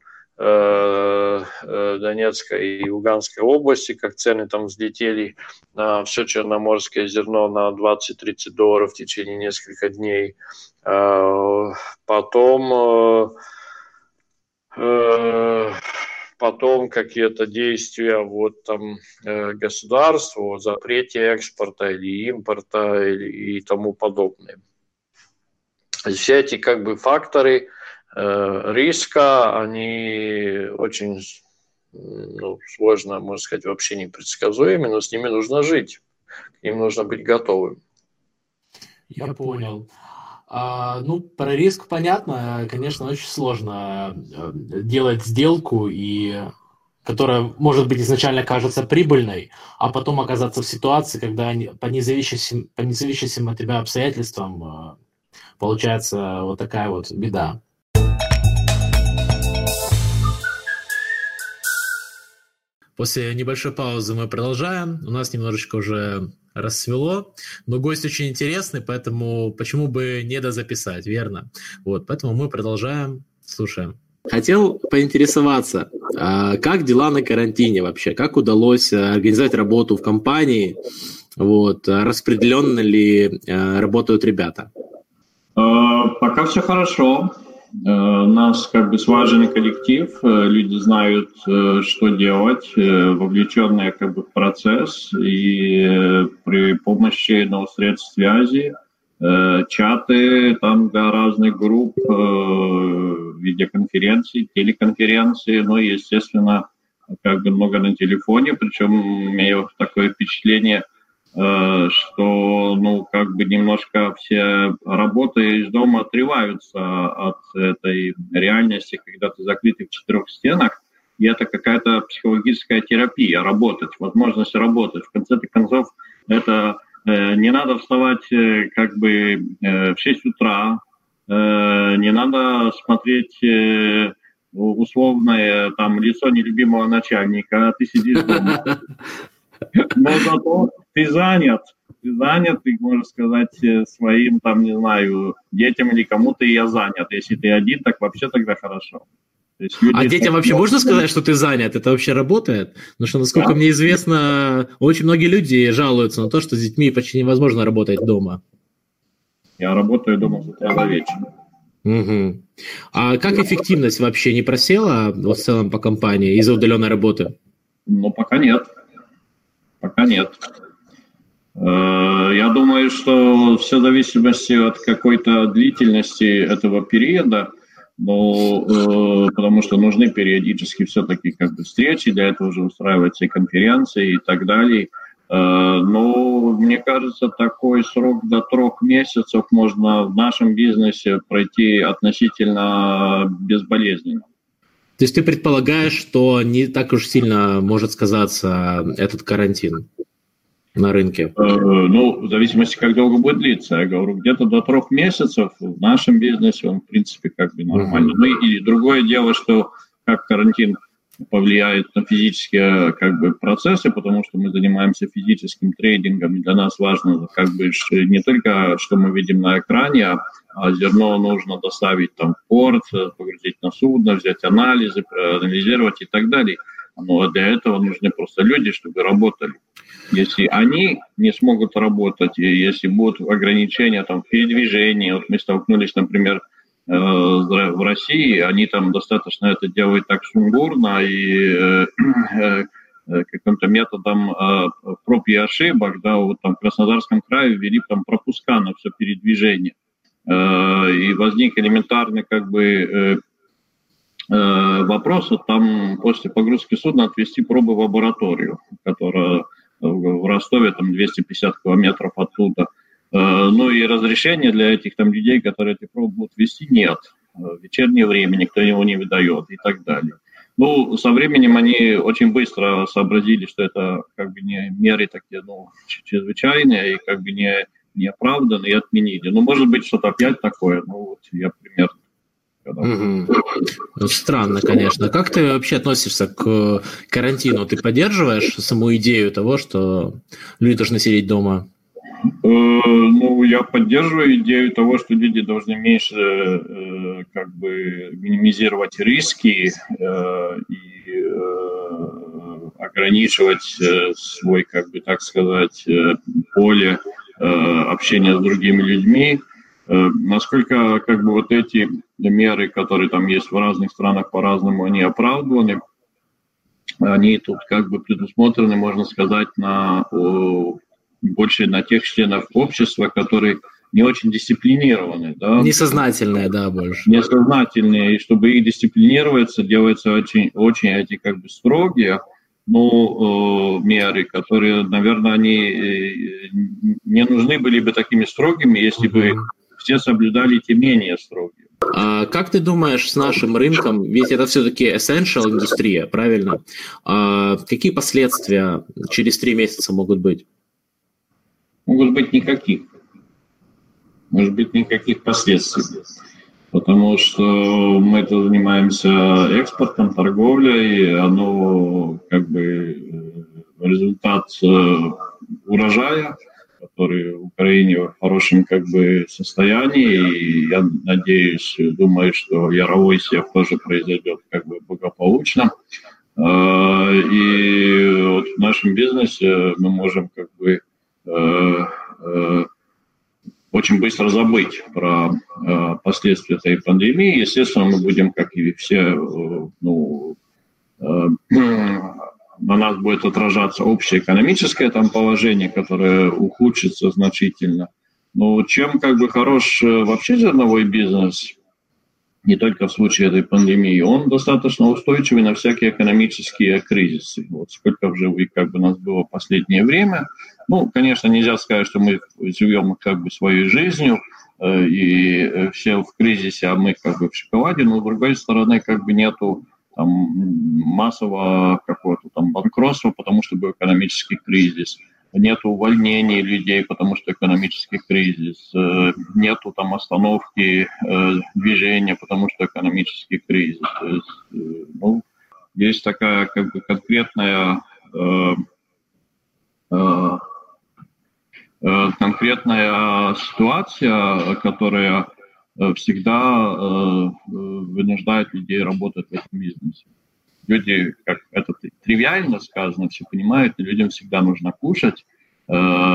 Донецкой и Луганской области, как цены там взлетели на все черноморское зерно на $20-30 в течение нескольких дней. Потом какие-то действия вот там государства о запрете экспорта или импорта и тому подобное. Все эти как бы факторы риска, они очень сложно, можно сказать, вообще непредсказуемы, но с ними нужно жить, к ним нужно быть готовым. Я понял. Ну, про риск понятно. Конечно, очень сложно делать сделку, которая, может быть, изначально кажется прибыльной, а потом оказаться в ситуации, когда по независимым от тебя обстоятельствам получается вот такая вот беда. После небольшой паузы мы продолжаем. У нас немножечко уже рассвело, но гость очень интересный, поэтому почему бы не дозаписать, верно? Вот, поэтому мы продолжаем, слушаем. Хотел поинтересоваться, как дела на карантине вообще? Как удалось организовать работу в компании? Вот, распределенно ли работают ребята? Пока все хорошо. У нас как бы слаженный коллектив, люди знают, что делать, вовлеченные как бы в процесс, и при помощи средств связи, чаты там для разных групп, видеоконференций, телеконференции, ну и, естественно, как бы много на телефоне, причем имею такое впечатление, что, как бы немножко все работы из дома отрываются от этой реальности, когда ты закрытый в 4 стенах, и это какая-то психологическая терапия, работать, возможность работать. В конце концов, это не надо вставать как бы в 6 утра, не надо смотреть условное там лицо нелюбимого начальника, ты сидишь дома. Но зато ты занят, ты можешь сказать своим, там, не знаю, детям или кому-то я занят. Если ты один, так вообще тогда хорошо. То есть люди детям вообще можно сказать, что ты занят? Это вообще работает? Потому что, насколько мне известно, очень многие люди жалуются на то, что с детьми почти невозможно работать дома. Я работаю дома с утра до вечера. Угу. А как эффективность вообще не просела в целом по компании из-за удаленной работы? Пока нет. Пока нет. Я думаю, что все в зависимости от какой-то длительности этого периода, потому что нужны периодически все-таки как бы встречи, для этого уже устраиваются и конференции и так далее. Но мне кажется, такой срок до 3 месяцев можно в нашем бизнесе пройти относительно безболезненно. То есть ты предполагаешь, что не так уж сильно может сказаться этот карантин на рынке? В зависимости, как долго будет длиться. Я говорю, где-то до 3 месяцев в нашем бизнесе он, в принципе, как бы нормально. И другое дело, что как карантин повлияет на физические как бы процессы, потому что мы занимаемся физическим трейдингом, и для нас важно как бы не только, что мы видим на экране, а зерно нужно доставить там в порт, погрузить на судно, взять анализы, проанализировать и так далее. Но для этого нужны просто люди, чтобы работали. Если они не смогут работать, и если будут ограничения там, в передвижении, вот мы столкнулись, например, в России, они там достаточно это делают так сумбурно и каким-то методом проб и ошибок, да, вот там в Краснодарском крае ввели там пропуска на все передвижение. И возник элементарный как бы вопрос, там после погрузки судна отвезти пробы в лабораторию, которая в Ростове там 250 километров оттуда. Ну и разрешения для этих там людей, которые эти пробы будут вести, нет. В вечернее время никто его не выдает и так далее. Ну, со временем они очень быстро сообразили, что это как бы не меры такие, ну, чрезвычайные и как бы не оправданные, и отменили. Ну, может быть, что-то опять такое, ну, вот я примерно. Угу. Странно, конечно. Как ты вообще относишься к карантину? Ты поддерживаешь саму идею того, что люди должны сидеть дома? Ну, я поддерживаю идею того, что люди должны меньше как бы минимизировать риски и ограничивать свой, как бы так сказать, поле общения с другими людьми. Насколько как бы вот эти меры, которые там есть в разных странах по-разному, они оправданы, они тут как бы предусмотрены, можно сказать, больше на тех членов общества, которые не очень дисциплинированы. Да? Несознательные, да, больше. Несознательные, и чтобы их дисциплинироваться, делаются очень эти как бы строгие, ну, меры, которые, наверное, они не нужны были бы такими строгими, если бы все соблюдали те менее строгие. А как ты думаешь с нашим рынком, ведь это все-таки essential индустрия, правильно? Какие последствия через 3 месяца могут быть? Могут быть никаких. Может быть, никаких последствий. Потому что мы-то занимаемся экспортом, торговлей, оно как бы результат урожая, который в Украине в хорошем как бы состоянии. И я надеюсь, думаю, что яровой сев тоже произойдет как бы благополучно. И вот в нашем бизнесе мы можем как бы очень быстро забыть про последствия этой пандемии. Естественно, мы будем, как и все, ну, на нас будет отражаться общее экономическое там положение, которое ухудшится значительно. Но чем как бы хорош вообще зерновой бизнес, не только в случае этой пандемии, он достаточно устойчивый на всякие экономические кризисы. Вот сколько уже как бы нас было в последнее время. Ну, конечно, нельзя сказать, что мы живем как бы своей жизнью, и все в кризисе, а мы как бы в шоколаде, но с другой стороны как бы нету там массового какого-то там банкротства, потому что был экономический кризис. Нету увольнений людей, потому что экономический кризис. Нету там остановки движения, потому что экономический кризис. То есть, ну, есть такая как бы конкретная ситуация, которая всегда вынуждает людей работать в этом бизнесе. Люди, как это тривиально сказано, все понимают, и людям всегда нужно кушать, и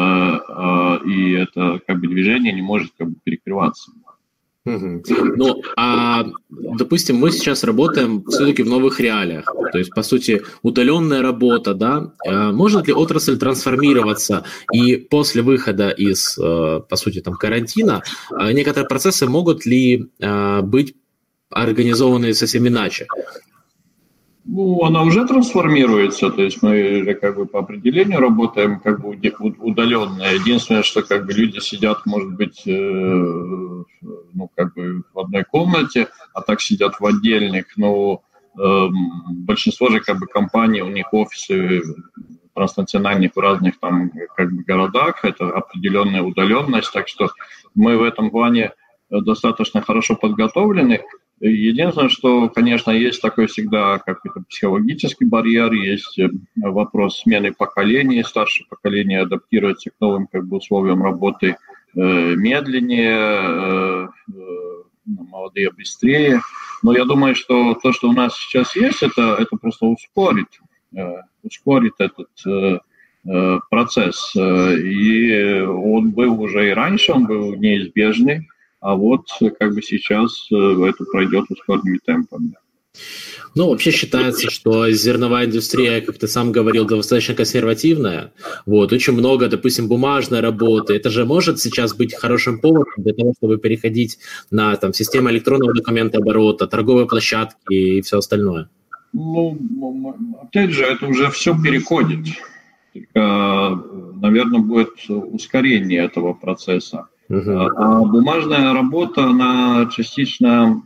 это как бы движение не может как бы перекрываться. Ну, допустим, мы сейчас работаем все-таки в новых реалиях, то есть, по сути, удаленная работа, да, может ли отрасль трансформироваться, и после выхода из, по сути, там, карантина, некоторые процессы могут ли быть организованы совсем иначе? Ну, она уже трансформируется, то есть мы же как бы по определению работаем как бы удаленно. Единственное, что как бы люди сидят, может быть, ну, как бы в одной комнате, а так сидят в отдельных, но большинство же как бы компаний, у них офисы транснациональных в разных там как бы городах, это определенная удаленность, так что мы в этом плане достаточно хорошо подготовлены. Единственное, что, конечно, есть такой всегда какой-то психологический барьер, есть вопрос смены поколений, старшее поколение адаптируется к новым как бы условиям работы медленнее, молодые быстрее. Но я думаю, что то, что у нас сейчас есть, это просто ускорит этот процесс. И он был уже и раньше, он был неизбежный, а вот как бы сейчас это пройдет ускоренными темпами. Ну, вообще считается, что зерновая индустрия, как ты сам говорил, достаточно консервативная. Вот, очень много, допустим, бумажной работы. Это же может сейчас быть хорошим поводом для того, чтобы переходить на там, систему электронного документооборота, торговые площадки и все остальное. Ну, опять же, это уже все переходит. Только, наверное, будет ускорение этого процесса. А бумажная работа, она частично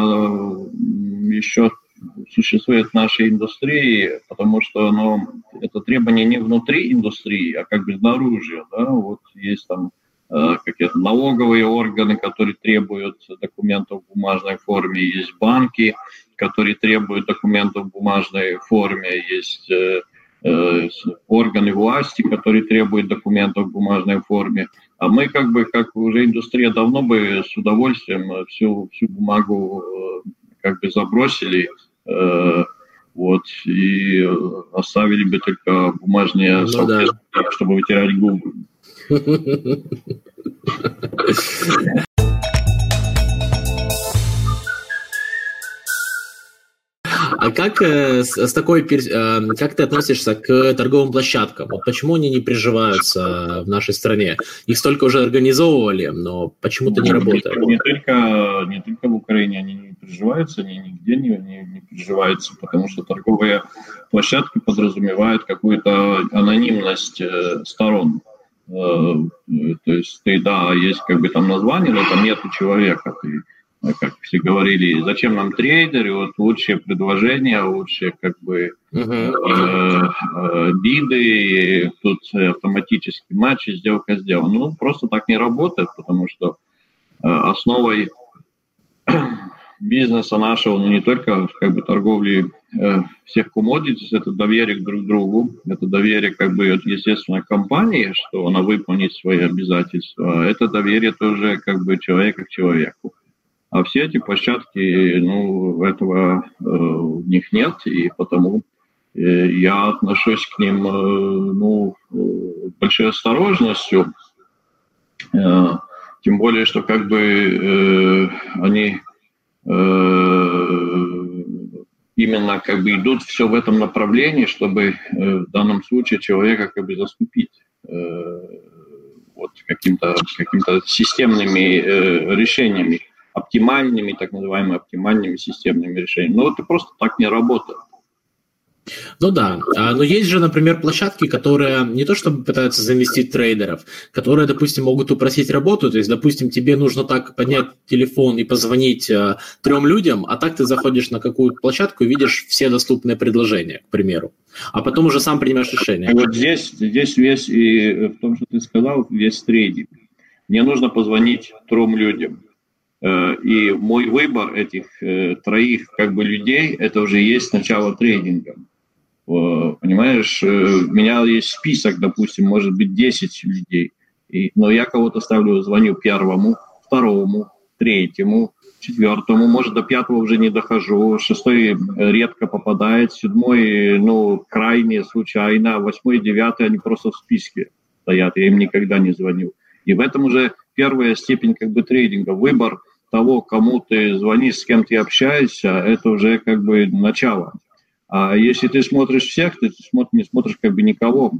еще существует в нашей индустрии, потому что это требование не внутри индустрии, а как бы снаружи. Да? Вот есть там какие-то налоговые органы, которые требуют документов в бумажной форме, есть банки, которые требуют документов в бумажной форме, есть органы власти, которые требуют документов в бумажной форме. А мы как уже индустрия давно бы с удовольствием всю бумагу как бы забросили, вот, и оставили бы только бумажные салфетки, чтобы вытирать губы. А как как ты относишься к торговым площадкам? Вот почему они не приживаются в нашей стране? Их столько уже организовывали, но почему-то не работает. Не только в Украине они не приживаются, они нигде не приживаются, потому что торговые площадки подразумевают какую-то анонимность сторон. То есть есть как бы там название, но там нету человека. Как все говорили, зачем нам трейдеры, вот лучшие предложения, лучшие как бы биды, тут автоматически матчи, сделка сделана. Ну, просто так не работает, потому что основой бизнеса нашего, не только как бы торговли всех commodities, это доверие друг к другу, это доверие как бы естественно компании, что она выполнит свои обязательства, это доверие тоже как бы человека к человеку. А все эти площадки, этого у них нет, и потому я отношусь к ним, большой осторожностью. Тем более, что как бы они именно как бы идут все в этом направлении, чтобы в данном случае человека как бы заступить вот каким-то системными решениями. Оптимальными, так называемыми оптимальными системными решениями. Но это просто так не работает. Ну да, но есть же, например, площадки, которые не то чтобы пытаются заместить трейдеров, которые, допустим, могут упростить работу, то есть, допустим, тебе нужно так поднять телефон и позвонить 3 людям, а так ты заходишь на какую-то площадку и видишь все доступные предложения, к примеру, а потом уже сам принимаешь решение. Вот здесь весь, и в том, что ты сказал, весь трейдинг. Мне нужно позвонить 3 людям. И мой выбор этих 3 как бы людей, это уже есть начало трейдинга. Понимаешь, у меня есть список, допустим, может быть 10 людей, но я кого-то звоню 1-му, 2-му, 3-му, 4-му, может до 5-го уже не дохожу, 6-й редко попадает, 7-й, крайне случайно, 8-й, 9-й, они просто в списке стоят, я им никогда не звонил. И в этом уже первая степень как бы трейдинга, выбор того, кому ты звонишь, с кем ты общаешься, это уже как бы начало. А если ты смотришь всех, ты не смотришь как бы никого.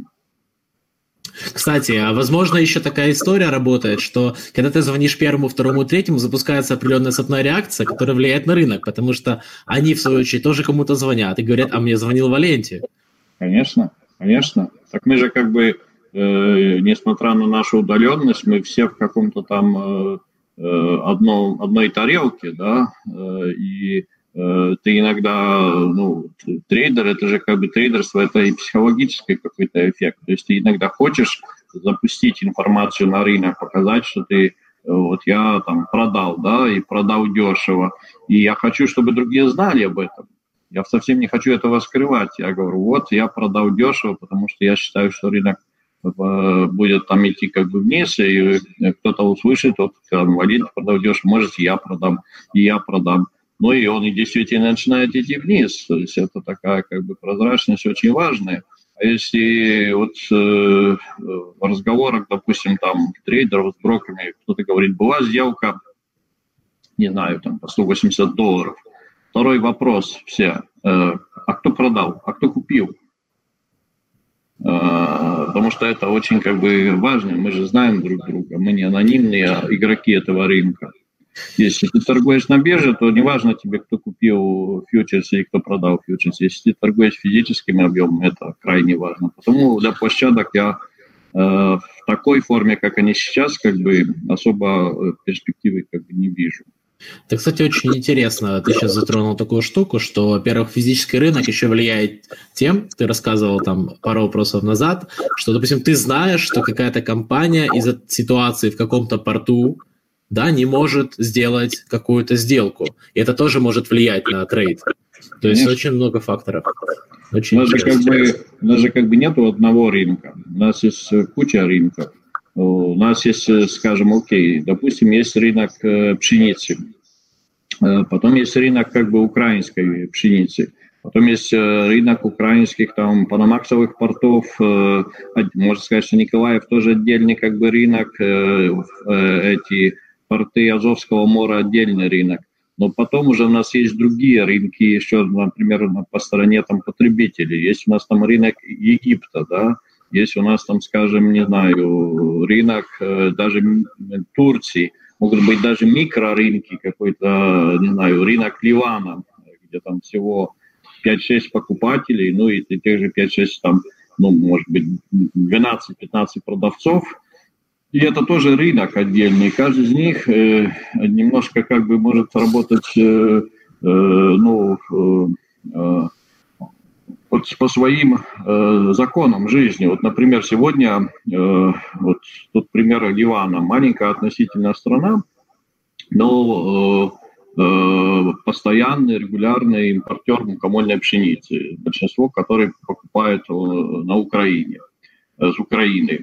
Кстати, а возможно еще такая история работает, что когда ты звонишь 1-му, 2-му, 3-му, запускается определенная цепная реакция, которая влияет на рынок, потому что они, в свою очередь, тоже кому-то звонят и говорят, а мне звонил Валентий. Конечно. Так мы же как бы, несмотря на нашу удаленность, мы все в каком-то там одной тарелке, да, и ты иногда, трейдер, это же как бы трейдерство, это и психологический какой-то эффект. То есть ты иногда хочешь запустить информацию на рынок, показать, что ты, я там продал, да, и продал дешево. И я хочу, чтобы другие знали об этом. Я совсем не хочу этого скрывать. Я говорю, я продал дешево, потому что я считаю, что рынок будет там идти как бы вниз, и кто-то услышит, Валентий продал дешево, может, и я продам. Ну и он и действительно начинает идти вниз. То есть это такая как бы прозрачность очень важная. А если вот в разговорах, допустим, там трейдеров с брокерами, кто-то говорит, была сделка, не знаю, там по $180. Второй вопрос все, а кто продал, а кто купил? Потому что это очень как бы важно, мы же знаем друг друга, мы не анонимные игроки этого рынка. Если ты торгуешь на бирже, то не важно тебе, кто купил фьючерс или кто продал фьючерс. Если ты торгуешь физическим объемом, это крайне важно. Потому для площадок я в такой форме, как они сейчас, как бы особо перспективы как бы не вижу. Это, кстати, очень интересно. Ты сейчас затронул такую штуку, что, во-первых, физический рынок еще влияет тем, ты рассказывал там пару вопросов назад, что, допустим, ты знаешь, что какая-то компания из-за ситуации в каком-то порту, да, не может сделать какую-то сделку. И это тоже может влиять на трейд. То есть очень много факторов. У нас же как бы нету одного рынка. У нас есть куча рынков. У нас есть, скажем, допустим, есть рынок пшеницы. Потом есть рынок как бы украинской пшеницы. Потом есть рынок украинских там панамаксовых портов. Можно сказать, что Николаев тоже отдельный как бы рынок. Эти порты Азовского моря отдельный рынок. Но потом уже у нас есть другие рынки, еще, например, по стороне там потребителей. Есть у нас там рынок Египта, да, есть у нас там, скажем, не знаю, рынок даже Турции, могут быть даже микрорынки, какой-то, не знаю, рынок Ливана, где там всего 5-6 покупателей, ну и тех же 5-6 там, ну, может быть, 12-15 продавцов. И это тоже рынок отдельный. Каждый из них немножко как бы может работать вот по своим законам жизни. Вот, например, сегодня, вот тут пример Ливана. Маленькая относительно страна, но постоянный, регулярный импортер мукомольной пшеницы. Большинство, которые покупают на Украине. С Украины.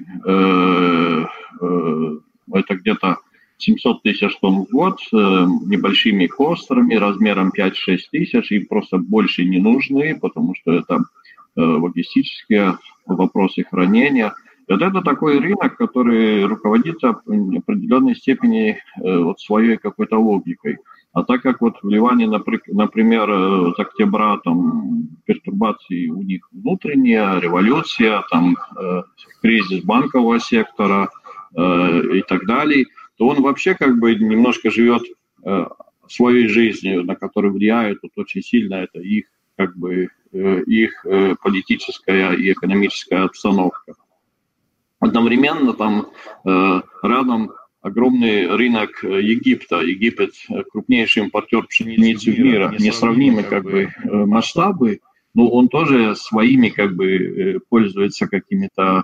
Это где-то 700 тысяч тонн в год, небольшими кластерами, размером 5-6 тысяч, и просто больше не нужны, потому что это логистические вопросы хранения. И вот это такой рынок, который руководится в определенной степени вот своей какой-то логикой. А так как вот в Ливане, например, с октября там пертурбации у них внутренняя, революция, там кризис банкового сектора и так далее, то он вообще как бы немножко живет своей жизнью, на которую влияет вот очень сильно это их как бы их политическая и экономическая обстановка. Одновременно там рядом огромный рынок Египта. Египет – крупнейший импортер пшеницы мира. Несравнимые как бы масштабы, но он тоже своими как бы пользуется какими-то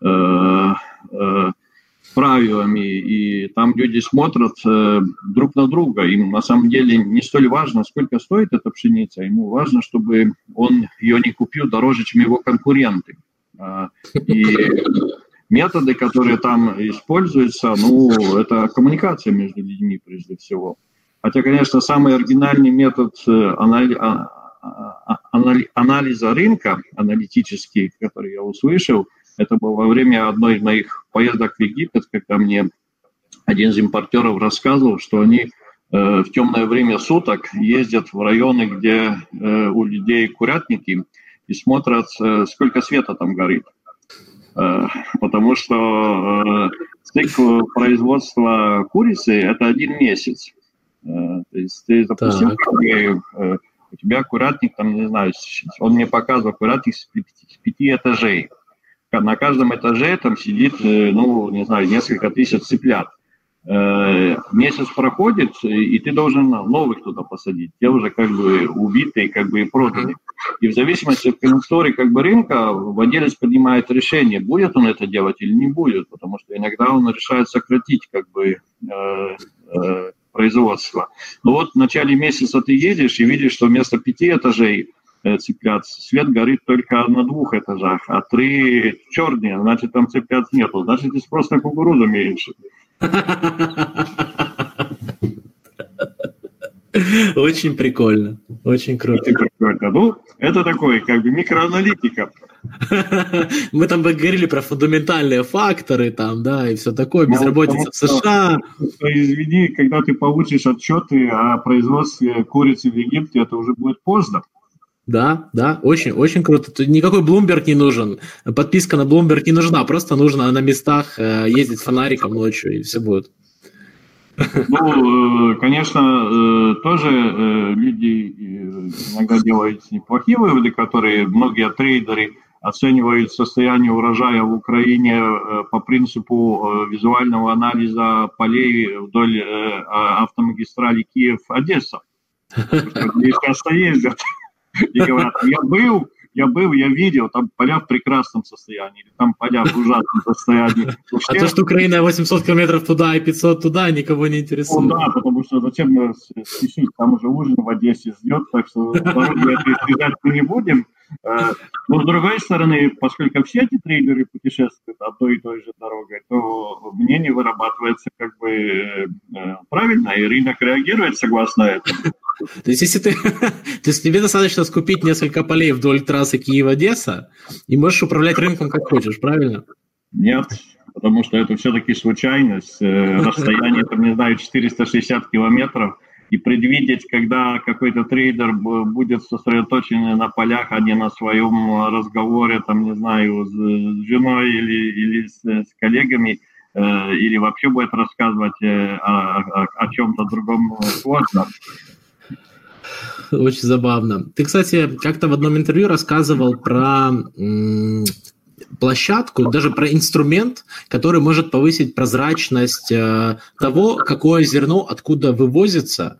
правилами. И там люди смотрят друг на друга. Им на самом деле не столь важно, сколько стоит эта пшеница. Ему важно, чтобы он ее не купил дороже, чем его конкуренты. И методы, которые там используются, ну, это коммуникация между людьми, прежде всего. Хотя, конечно, самый оригинальный метод анализа рынка, аналитический, который я услышал, это было во время одной из моих поездок в Египет, когда мне один из импортеров рассказывал, что они в темное время суток ездят в районы, где у людей курятники, и смотрят, сколько света там горит. Потому что цикл производства курицы – это 1 месяц. То есть ты запустил, у тебя курятник, там, не знаю, он мне показывал, курятник с 5 этажей. На каждом этаже там сидит, ну, не знаю, несколько тысяч цыплят. Месяц проходит, и ты должен новых туда посадить. Те уже как бы убитые, как бы и проданы. И в зависимости от конъюнктуры как бы рынка, владелец принимает решение, будет он это делать или не будет, потому что иногда он решает сократить как бы производство. Но вот в начале месяца ты едешь и видишь, что вместо 5 этажей цыплят свет горит только на 2 этажах, а 3 черные, значит там цыплят нету, значит и спрос на кукурузу меньше. Очень прикольно, очень круто. Очень прикольно. Ну, это такой, как бы, микроаналитика. Мы там говорили про фундаментальные факторы, там, да, и все такое, безработица в США. Извини, когда ты получишь отчеты о производстве курицы в Египте, это уже будет поздно. Да, очень, очень круто. Тут никакой Bloomberg не нужен, подписка на Bloomberg не нужна, просто нужно на местах ездить с фонариком ночью, и все будет. Ну, конечно, тоже люди иногда делают неплохие выводы, которые многие трейдеры оценивают состояние урожая в Украине по принципу визуального анализа полей вдоль автомагистрали Киев-Одесса. Они часто ездят и говорят, я видел, там поля в прекрасном состоянии, или там поля в ужасном состоянии. А то, что Украина 800 километров туда и 500 туда, никого не интересует. Ну да, потому что зачем спешить, там уже ужин в Одессе ждет, так что дороги это избегать мы не будем. Но с другой стороны, поскольку все эти трейдеры путешествуют одной и той же дорогой, то мнение вырабатывается как бы правильно, и рынок реагирует согласно этому. То есть, если тебе достаточно скупить несколько полей вдоль трассы Киев-Одесса, и можешь управлять рынком как хочешь, правильно? Нет, потому что это все-таки случайность. Расстояние, там, не знаю, 460 километров, и предвидеть, когда какой-то трейдер будет сосредоточен на полях, а не на своем разговоре, там, не знаю, с женой или с коллегами, или вообще будет рассказывать о чем-то другом, сложно. Очень забавно. Ты, кстати, как-то в одном интервью рассказывал про площадку, даже про инструмент, который может повысить прозрачность того, какое зерно откуда вывозится,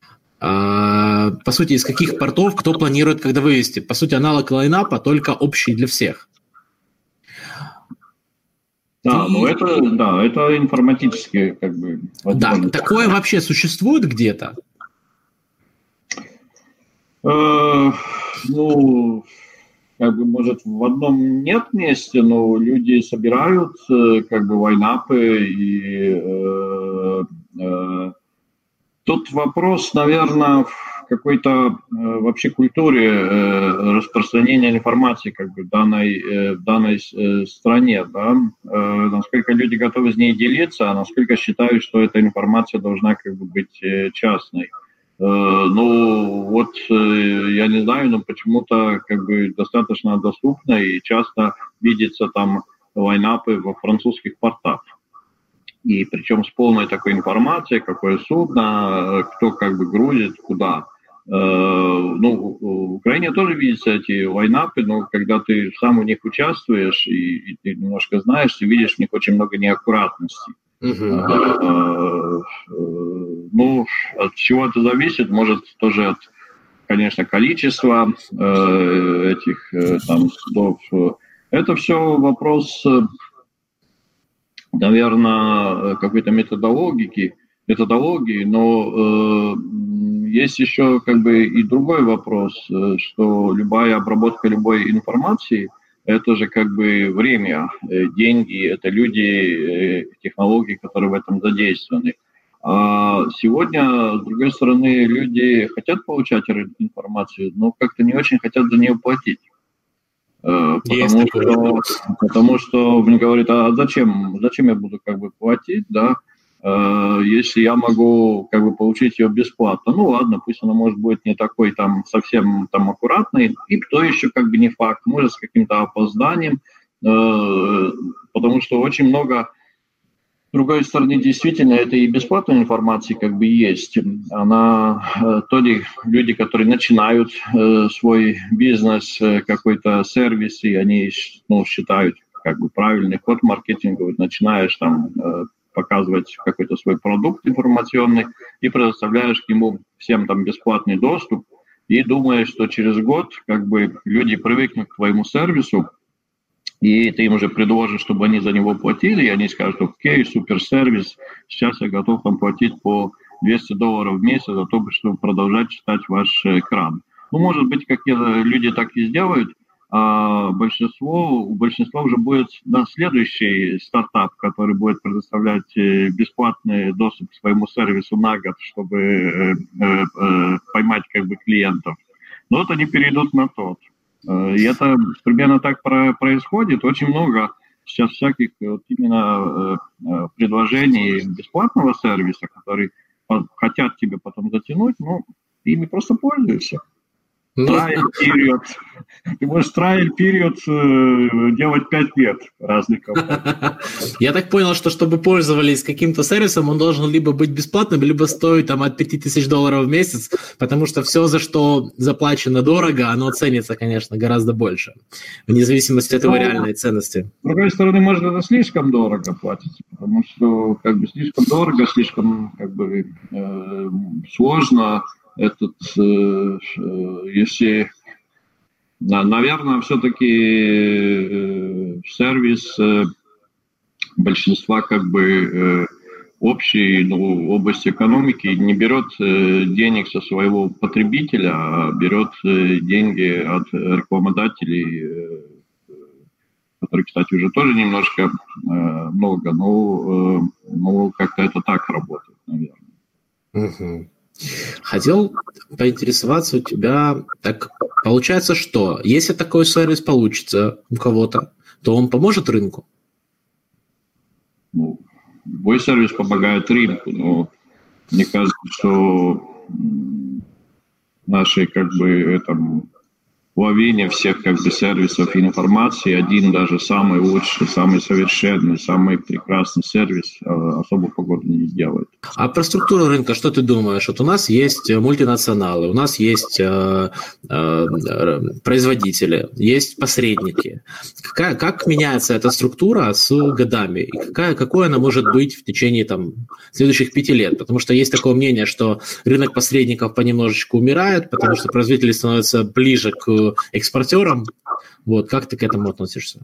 по сути, из каких портов, кто планирует когда вывезти. По сути, аналог лайнапа, только общий для всех. Да, ну это информатически как бы... Да, такое вообще существует где-то? Ну, как бы, может, в одном нет месте, но люди собирают как бы лайнапы, и тут вопрос, наверное, в какой-то вообще культуре распространения информации как бы в данной стране, да, насколько люди готовы с ней делиться, а насколько считают, что эта информация должна как бы быть частной. Ну, вот, я не знаю, но почему-то как бы достаточно доступно и часто видится там лайнапы во французских портах. И причем с полной такой информацией, какое судно, кто как бы грузит, куда. Ну, в Украине тоже видятся эти лайнапы, но когда ты сам в них участвуешь и ты немножко знаешь, ты видишь в них очень много неаккуратностей. Ну, от чего это зависит, может тоже от, конечно, количества этих там судов. Это все вопрос, наверное, какой-то методологии, но есть еще как бы и другой вопрос, что любая обработка любой информации – это же как бы время, деньги, это люди, технологии, которые в этом задействованы. А сегодня, с другой стороны, люди хотят получать информацию, но как-то не очень хотят за нее платить. Потому что мне говорят, а зачем я буду как бы платить, да, если я могу как бы получить ее бесплатно. Ну ладно, пусть она может быть не такой там совсем там аккуратной, и то еще как бы не факт, может с каким-то опозданием, потому что очень много, с другой стороны, действительно, это и бесплатной информации как бы есть. Она, то ли люди, которые начинают свой бизнес, какой-то сервис, и они считают как бы правильный ход маркетинговый, начинаешь там показывать какой-то свой продукт информационный и предоставляешь к нему всем там бесплатный доступ и думаешь, что через год как бы люди привыкнут к твоему сервису, и ты им уже предложишь, чтобы они за него платили, и они скажут, окей, супер сервис, сейчас я готов вам платить по $200 в месяц за то, чтобы продолжать читать ваш экран. Ну, может быть, какие-то люди так и сделают, а у большинства уже будет следующий стартап, который будет предоставлять бесплатный доступ к своему сервису на год, чтобы поймать как бы клиентов. Но вот они перейдут на тот. И это примерно так происходит. Очень много сейчас всяких вот именно предложений бесплатного сервиса, которые хотят тебе потом затянуть, но ты ими просто пользуешься. Trial period. Ты можешь trial period делать 5 лет разных компаний. Я так понял, что чтобы пользовались каким-то сервисом, он должен либо быть бесплатным, либо стоить там от $5000 в месяц, потому что все, за что заплачено дорого, оно ценится, конечно, гораздо больше, вне зависимости от его реальной ценности. С другой стороны, может, это слишком дорого платится, потому что как бы слишком дорого, слишком как бы сложно. Если, наверное, все-таки сервис большинства как бы общей области экономики не берет денег со своего потребителя, а берет деньги от рекламодателей, которые, кстати, уже тоже немножко много, но как-то это так работает, наверное. Угу. Хотел поинтересоваться у тебя, так получается, что если такой сервис получится у кого-то, то он поможет рынку? Любой сервис помогает рынку, но мне кажется, что нашей как бы половине всех как бы сервисов информации один даже самый лучший, самый совершенный, самый прекрасный сервис особо погоду не сделает. А про структуру рынка что ты думаешь? Вот у нас есть мультинационалы, у нас есть производители, есть посредники. Как меняется эта структура с годами? И какой она может быть в течение следующих 5 лет? Потому что есть такое мнение, что рынок посредников понемножечку умирает, потому что производители становятся ближе к экспортерам. Вот, как ты к этому относишься?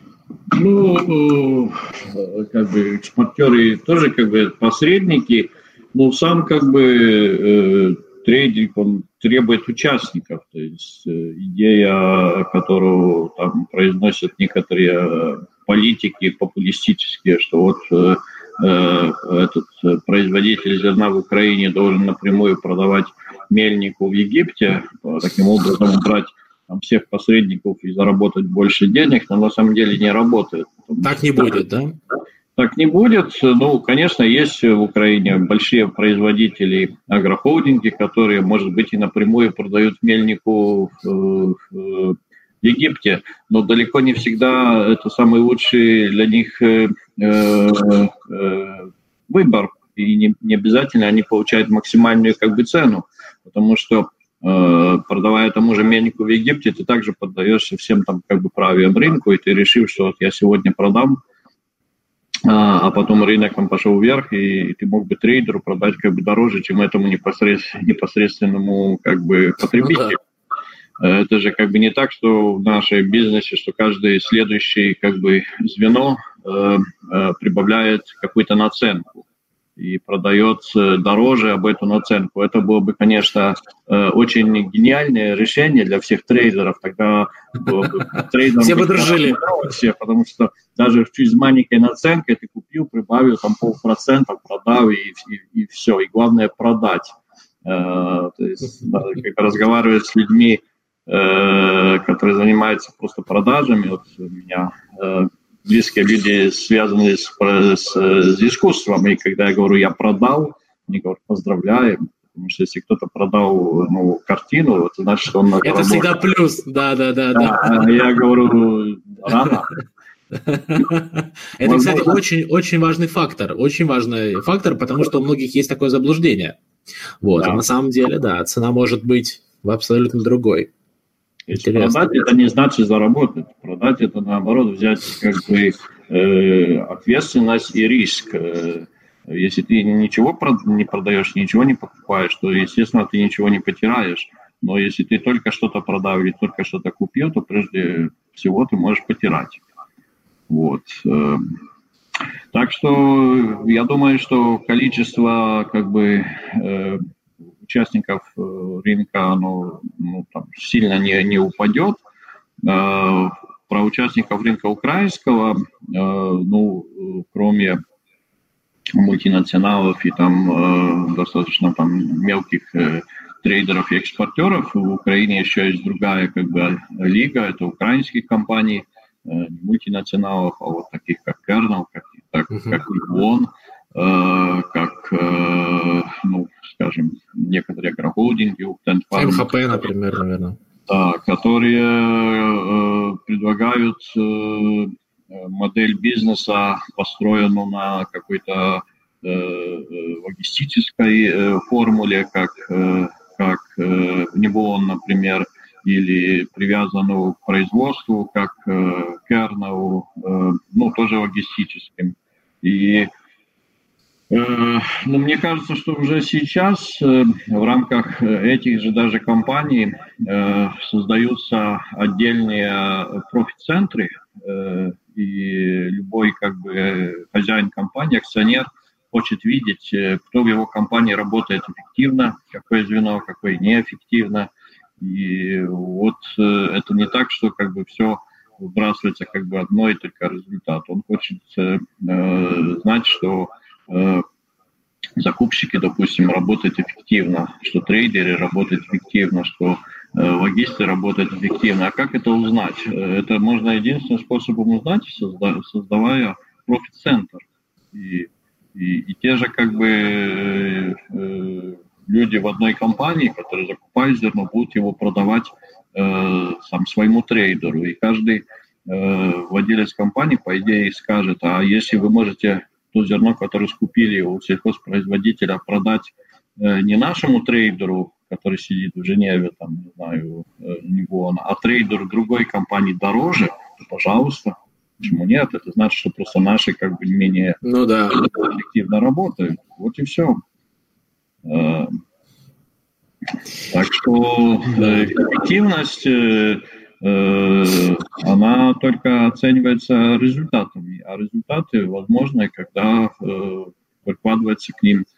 Как бы экспортеры тоже как бы посредники, но сам как бы трейдинг, он требует участников. То есть идея, которую там произносят некоторые политики популистические, что вот этот производитель зерна в Украине должен напрямую продавать мельнику в Египте, таким образом убрать всех посредников и заработать больше денег, но на самом деле не работает. Так не будет, да? Так не будет. Конечно, есть в Украине большие производители агрохолдинги, которые, может быть, и напрямую продают мельнику в Египте, но далеко не всегда это самый лучший для них выбор. И не обязательно они получают максимальную как бы цену, потому что продавая тому же мельнику в Египте, ты также поддаешься всем там как бы правилам рынку, и ты решил, что вот я сегодня продам, а потом рынок там пошел вверх, и ты мог бы трейдеру продать как бы дороже, чем этому непосредственному как бы потребителю. Это же как бы не так, что в нашем бизнесе, что каждый следующий как бы звено прибавляет какую-то наценку и продает дороже об эту наценку. Это было бы, конечно, очень гениальное решение для всех трейдеров. Тогда трейдерам все бы дружили. Потому что даже чуть с маленькой наценкой ты купил, прибавил там 0,5%, продал и все. И главное продать. То есть, когда разговаривать с людьми, которые занимаются просто продажами, вот у меня близкие люди, связанные с искусством, и когда я говорю, я продал, они говорят, поздравляем, потому что если кто-то продал картину, это значит, что он это работает. Всегда плюс, да. Я говорю, рано. Это, кстати, очень важный фактор, потому что у многих есть такое заблуждение. Вот, а на самом деле, да, цена может быть абсолютно другой. Продать это не значит заработать. Продать это наоборот взять как бы ответственность и риск. Если ты ничего не продаешь, ничего не покупаешь, то, естественно, ты ничего не потеряешь. Но если ты только что-то продал или только что-то купил, то прежде всего ты можешь потерять. Вот. Так что я думаю, что количество как бы участников рынка там сильно не упадет. Про участников рынка украинского, кроме мультинационалов и там достаточно там мелких трейдеров и экспортеров. В Украине еще есть другая как бы лига, это украинские компании, не мультинационалов, а вот таких как Kernel, как Ивон, как, ну, скажем, некоторые агрохолдинги, МХП, например, наверное. Да, которые предлагают модель бизнеса, построенную на какой-то логистической формуле, как Nibon, например, или привязанную к производству, как Kernel, ну, тоже логистическим. И ну, мне кажется, что уже сейчас в рамках этих же даже компаний создаются отдельные профит-центры, и любой как бы хозяин компании, акционер хочет видеть, кто в его компании работает эффективно, какое звено, какое неэффективно. И вот это не так, что как бы все выбрасывается как бы одной только результат. Он хочет знать, что закупщики, допустим, работают эффективно, что трейдеры работают эффективно, что логисты работают эффективно. А как это узнать? Это можно единственным способом узнать, создавая профит-центр. И те же как бы люди в одной компании, которые закупают зерно, будут его продавать сам своему трейдеру. И каждый владелец компании, по идее, скажет, а если вы можете то зерно, которое скупили у сельхозпроизводителя, продать не нашему трейдеру, который сидит в Женеве, там, не знаю, Nibon, а трейдеру другой компании дороже, то, пожалуйста, почему нет? Это значит, что просто наши как бы менее эффективно работают. Вот и все. Так что эффективность, она только оценивается результатами, а результаты возможны, когда прикладывается к ним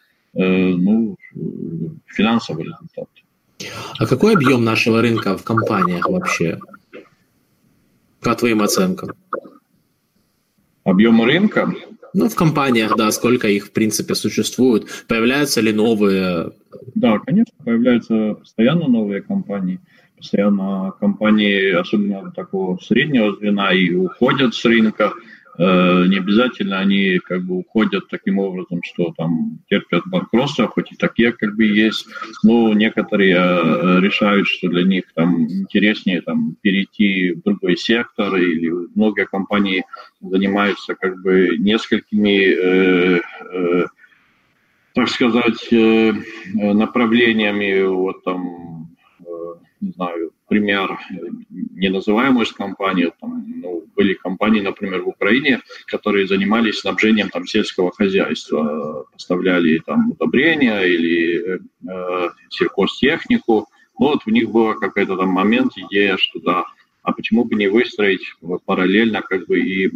финансовый результат. А какой объем нашего рынка в компаниях вообще? По твоим оценкам? Объем рынка? Ну, в компаниях, да, сколько их, в принципе, существует? Появляются ли новые? Да, конечно, появляются постоянно новые компании. Постоянно компании, особенно такого среднего звена, и уходят с рынка. Не обязательно они как бы уходят таким образом, что там терпят банкротство, хоть и такие как бы есть, но некоторые решают, что для них там интереснее там перейти в другой сектор, или многие компании занимаются как бы несколькими, так сказать, направлениями, вот там, не знаю, пример, не называем из компании, там, были компании, например, в Украине, которые занимались снабжением там сельского хозяйства, поставляли там удобрения или сельхозтехнику. Ну, вот у них был какой-то там момент, идея, что да, а почему бы не выстроить параллельно как бы и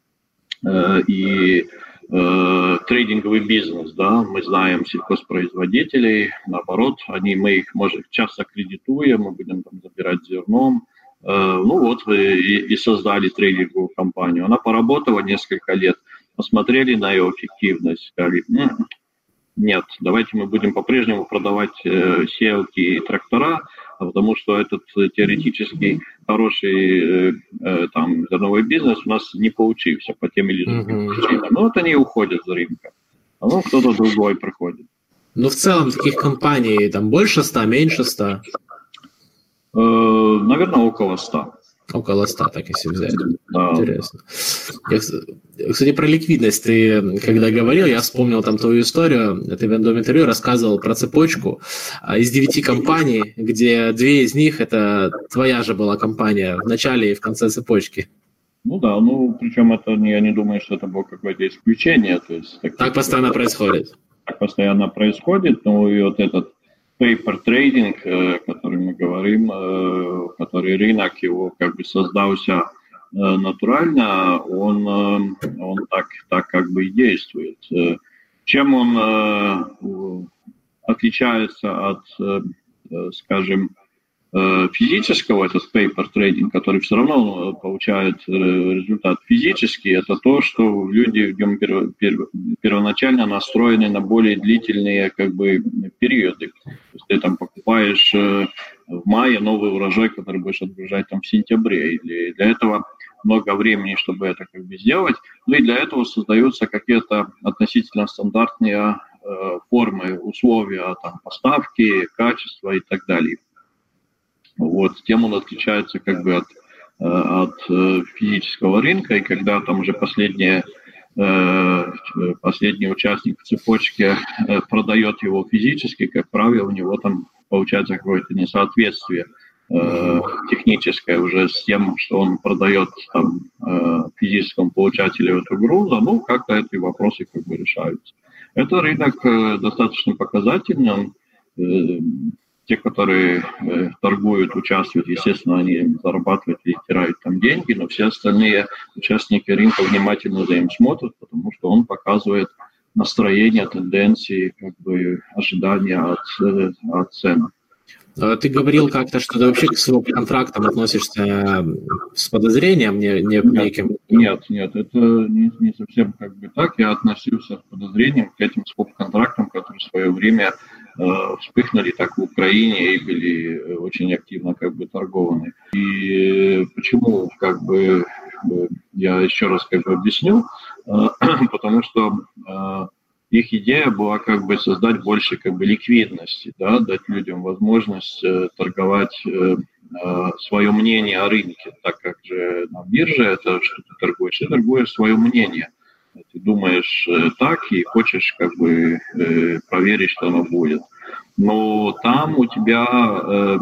трейдинговый бизнес, да, мы знаем сельхозпроизводителей, наоборот, мы их, может, часто кредитуем, мы будем там забирать зерном, ну вот, и создали трейдинговую компанию. Она поработала несколько лет, посмотрели на ее эффективность, сказали, нет, давайте мы будем по-прежнему продавать сеялки и трактора, потому что этот теоретически хороший там зерновой бизнес у нас не получился по тем или другим причинам. Ну вот они уходят с рынка, а ну кто-то другой приходит. Ну в целом таких компаний там больше 100, меньше 100? Наверное, около 100. Около 100, так если взять. Да. Интересно. Кстати, про ликвидность ты когда говорил, я вспомнил там твою историю. Ты в одном интервью рассказывал про цепочку из 9 компаний, где 2 из них это твоя же была компания в начале и в конце цепочки. Ну да, причем это я не думаю, что это было какое-то исключение. То есть, так постоянно происходит. Так постоянно происходит, но и вот этот paper trading, о котором мы говорим, который рынок его как бы создался натурально, он так как бы и действует. Чем он отличается от, скажем, физического, этот paper trading, который все равно получает результат физический, это то, что люди первоначально настроены на более длительные как бы периоды. То есть ты там покупаешь в мае новый урожай, который будешь отгружать там в сентябре. И для этого много времени, чтобы это как бы сделать. Ну и для этого создаются какие-то относительно стандартные формы, условия там, поставки, качества и так далее. Вот, тем он отличается как бы от физического рынка, и когда там уже последний участник в цепочке продает его физически, как правило, у него там получается какое-то несоответствие техническое уже с тем, что он продает там физическому получателю эту груза, ну, как-то эти вопросы как бы решаются. Это рынок достаточно показательный, те, которые торгуют, участвуют, естественно, они зарабатывают и теряют там деньги, но все остальные участники рынка внимательно за ним смотрят, потому что он показывает настроение, тенденции, как бы ожидания от цен. Ты говорил как-то, что ты вообще к своп-контрактам относишься с подозрением неким? Нет, это не совсем как бы так. Я относился с подозрением к этим своп-контрактам, которые в свое время вспыхнули так в Украине и были очень активно как бы торгованы. И почему, как бы, я еще раз как бы объясню, потому что их идея была как бы создать больше как бы ликвидности, да, дать людям возможность торговать свое мнение о рынке, так как же на бирже это что ты торгуешь свое мнение. Ты думаешь так и хочешь как бы проверить, что оно будет. Но там у тебя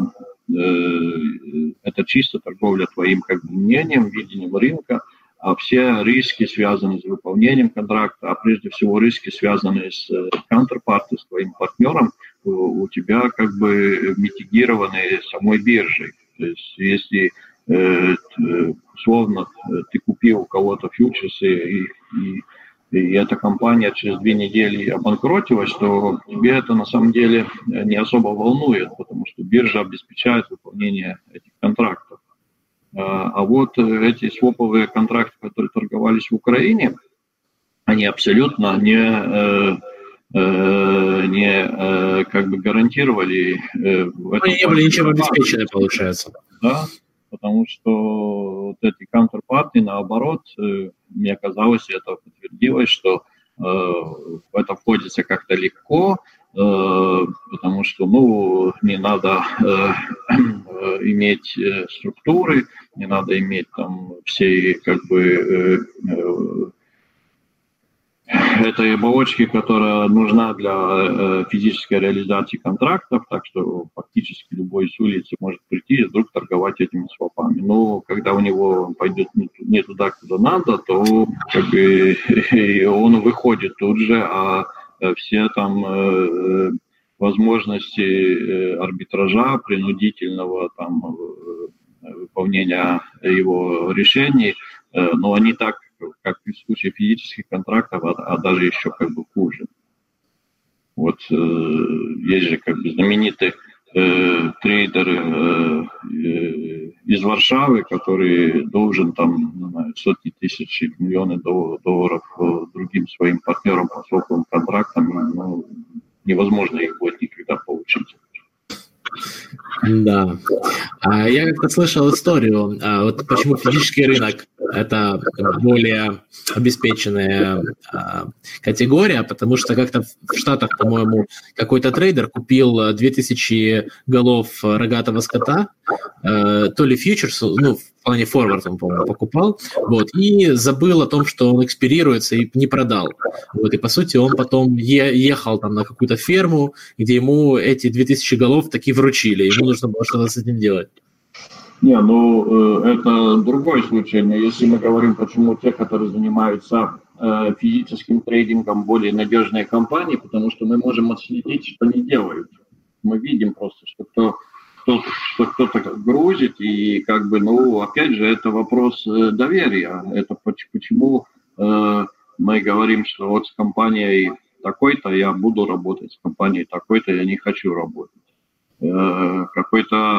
это чисто торговля твоим как бы мнением, видением рынка, а все риски, связанные с выполнением контракта, а прежде всего риски, связанные с counterparty, с твоим партнером, у тебя как бы митигированы самой биржей. То есть если условно ты купил у кого-то фьючерсы, и эта компания через 2 недели обанкротилась, то тебе это на самом деле не особо волнует, потому что биржа обеспечает выполнение этих контрактов. А вот эти своповые контракты, которые торговались в Украине, они абсолютно не как бы гарантировали... Они не были ничем обеспечены, получается. Да, потому что вот эти counterparty, наоборот, мне казалось, это подтвердилось, что это входится как-то легко, потому что, ну, не надо иметь структуры, не надо иметь там всей, как бы, этой оболочки, которая нужна для физической реализации контрактов, так что фактически любой с улицы может прийти и вдруг торговать этими свопами. Но когда у него пойдет не туда, куда надо, то как бы он выходит тут же, а все там возможности арбитража, принудительного там выполнения его решений, но они так, как и в случае физических контрактов, а даже еще как бы хуже. Вот есть же как бы знаменитый трейдер из Варшавы, который должен там, не знаю, сотни тысяч, миллионы долларов другим своим партнерам по своповым контрактам, ну, невозможно их будет никогда получить. Да. Я как-то слышал историю, вот почему физический рынок – это более обеспеченная категория, потому что как-то в Штатах, по-моему, какой-то трейдер купил 2000 голов рогатого скота, то ли фьючерс, ну, в плане форвард он, по-моему, покупал, вот, и забыл о том, что он экспирируется, и не продал. Вот, и, по сути, он потом ехал там на какую-то ферму, где ему эти 2000 голов таки вручили, ему нужно было что-то с этим делать. Не, ну, это другой случай. Если мы говорим, почему те, которые занимаются физическим трейдингом, более надежные компании, потому что мы можем отследить, что они делают. Мы видим просто, что кто-то грузит, и как бы, ну, опять же, это вопрос доверия. Это почему мы говорим, что вот с компанией такой-то я буду работать, с компанией такой-то я не хочу работать. Какой-то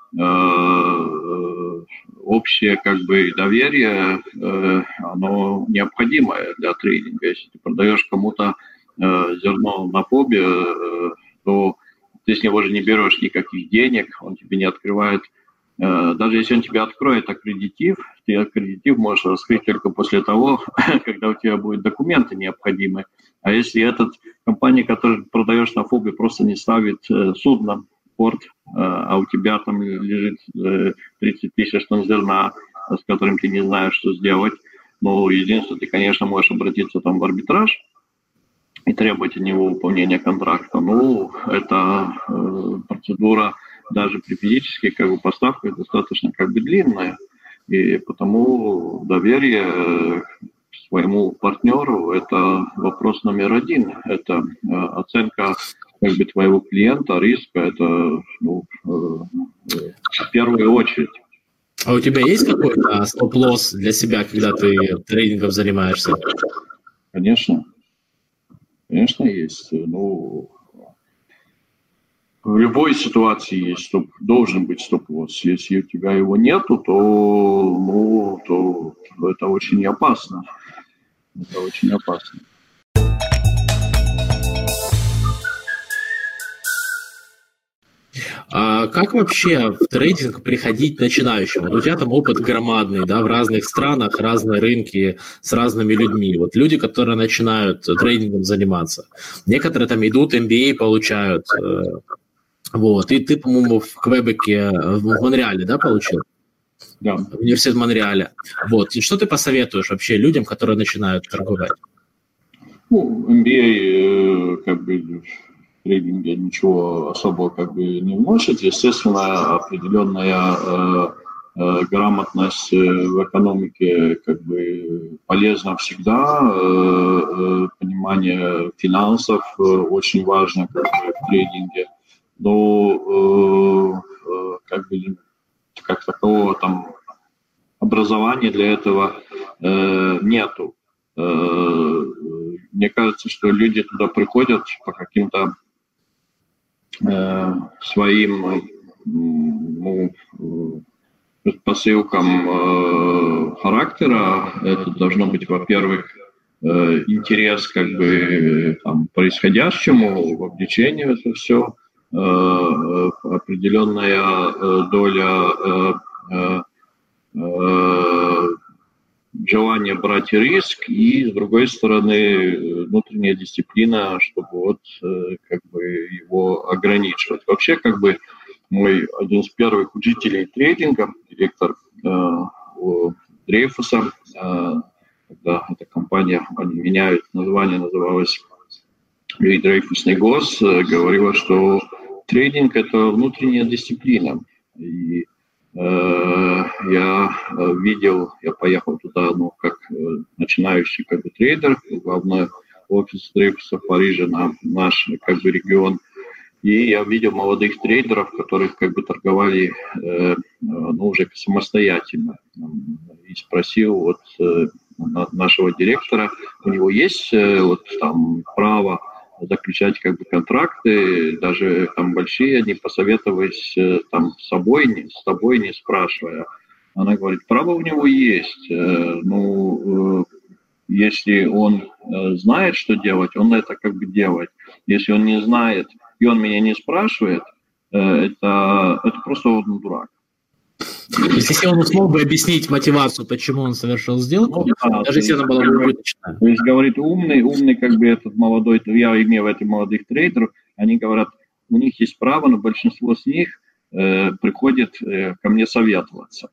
общее как бы доверие, оно необходимое для трейдинга. Если ты продаешь кому-то зерно на фобе, то ты с него же не берешь никаких денег, он тебе не открывает. Даже если он тебе откроет аккредитив, ты аккредитив можешь раскрыть только после того, когда у тебя будут документы необходимые. А если эта компания, которую продаешь на фобе, просто не ставит судно в порт, а у тебя там лежит 30 тысяч тонн зерна, с которым ты не знаешь, что сделать, ну, единственное, ты, конечно, можешь обратиться там в арбитраж и требовать от него выполнения контракта. Ну, это процедура даже при физических как бы, поставках достаточно как бы длинная, и потому доверие к своему партнеру – это вопрос номер один. Это оценка как бы твоего клиента, риска, это в первую очередь. А у тебя есть какой-то стоп-лосс для себя, когда ты трейдингом занимаешься? Конечно. Конечно, есть. Ну, в любой ситуации есть должен быть стоп-лосс. Если у тебя его нету, то это очень опасно. Это очень опасно. А как вообще в трейдинг приходить начинающим? Вот у тебя там опыт громадный, да, в разных странах, разные рынки с разными людьми. Вот люди, которые начинают трейдингом заниматься. Некоторые там идут, MBA получают. Вот. И ты, по-моему, в Квебеке, в Монреале, да, получил? Да. Университет Монреаля. Вот. И что ты посоветуешь вообще людям, которые начинают торговать? Ну, MBA как бы в трейдинге ничего особого как бы не вносит. Естественно, определенная грамотность в экономике как бы полезна всегда. Понимание финансов очень важно как бы, в трейдинге. Но как бы как такого там образования для этого нету. Мне кажется, что люди туда приходят по каким-то своим предпосылкам характера. Это должно быть, во-первых, интерес как бы там, происходящему, вовлечение в это все, определенная доля желание брать риск, и, с другой стороны, внутренняя дисциплина, чтобы вот как бы его ограничивать. Вообще, как бы мой один из первых учителей трейдинга, директор Дрейфуса, когда эта компания, они меняют название, называлась Дрейфусный гос, говорила, что трейдинг – это внутренняя дисциплина. И я поехал туда, ну, как начинающий как бы трейдер, главный офис Дрейфуса в Париже на наш как бы регион, и я видел молодых трейдеров, которых как бы торговали, ну, уже самостоятельно, и спросил вот нашего директора, у него есть вот там право заключать как бы контракты, даже там большие, не посоветовались там с тобой, не спрашивая. Она говорит, право у него есть. Ну, если он знает, что делать, он это как бы делает. Если он не знает, и он меня не спрашивает, это просто он дурак. Если он смог бы объяснить мотивацию, почему он совершил сделку, ну, да, даже если она была бы убыточная. То есть, говорит, умный как бы этот молодой, я имею в виду молодых трейдеров, они говорят, у них есть право, но большинство с них приходит ко мне советоваться.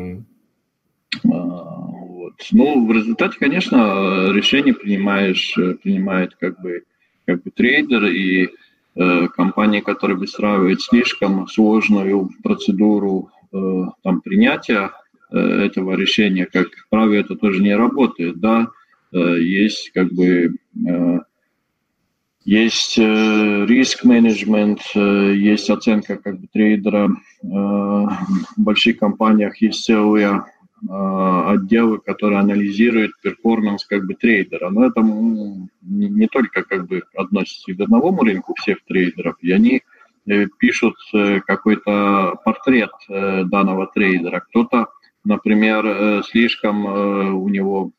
Вот. Ну, в результате, конечно, решение принимает как бы трейдер, и компании, которые выстраивают слишком сложную процедуру там, принятия этого решения, как правило, это тоже не работает, да, есть как бы есть риск-менеджмент, есть оценка как бы трейдера, в больших компаниях есть целые отделы, которые анализируют перформанс как бы трейдера, но это не только как бы относится к одному рынку всех трейдеров, и они пишут какой-то портрет данного трейдера. Кто-то, например, слишком у него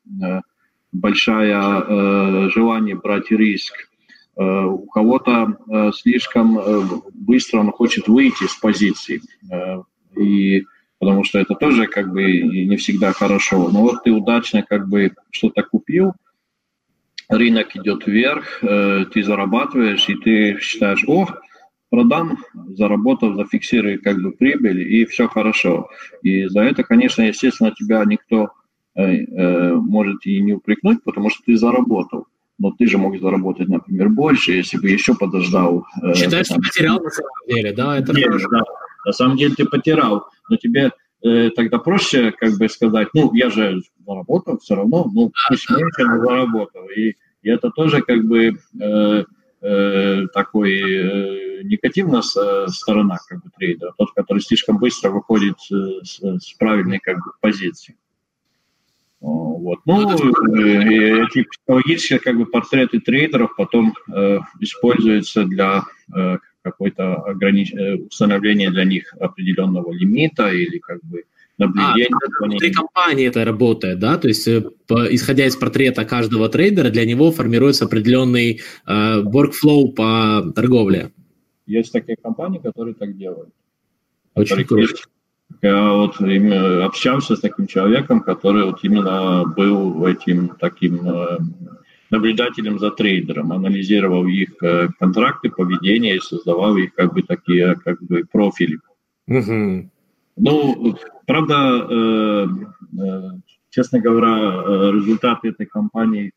большое желание брать риск. У кого-то слишком быстро он хочет выйти с позиции. И потому что это тоже как бы не всегда хорошо. Но вот ты удачно как бы что-то купил, рынок идет вверх, ты зарабатываешь, и ты считаешь, продам, заработал, зафиксирую как бы прибыль, и все хорошо. И за это, конечно, естественно, тебя никто может и не упрекнуть, потому что ты заработал. Но ты же мог заработать, например, больше, если бы еще подождал. Считаешь, что потерял на самом деле, да? Это хорошо. Да. На самом деле ты потерял, но тебе тогда проще как бы сказать, я же заработал все равно, пусть меньше, но заработал. И это тоже как бы такой негативная сторона как бы трейдера, тот, который слишком быстро выходит с правильной как бы позиции. Вот. Эти психологические как бы портреты трейдеров потом используются для какой-то установления для них определенного лимита или как бы наблюдения. Внутри компании это работает, да? То есть, исходя из портрета каждого трейдера, для него формируется определенный workflow по торговле. Есть такие компании, которые так делают. Очень круто. Я вот общался с таким человеком, который вот именно был этим таким наблюдателем за трейдером, анализировал их контракты, поведение и создавал их как бы такие как бы профили. Угу. Правда, честно говоря, результаты этой компании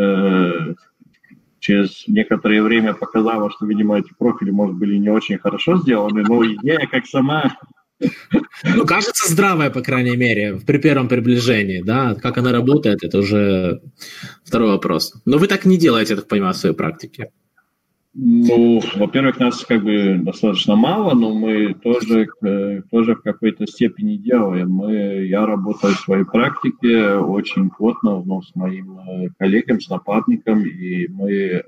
через некоторое время показало, что, видимо, эти профили, может, были не очень хорошо сделаны, но идея как сама... кажется, здравая, по крайней мере, при первом приближении, да, как она работает, это уже второй вопрос. Но вы так не делаете, я так понимаю, в своей практике. Во-первых, нас как бы достаточно мало, но мы тоже в какой-то степени делаем. Я работаю в своей практике очень плотно, с моим коллегом, с напарником, и мы,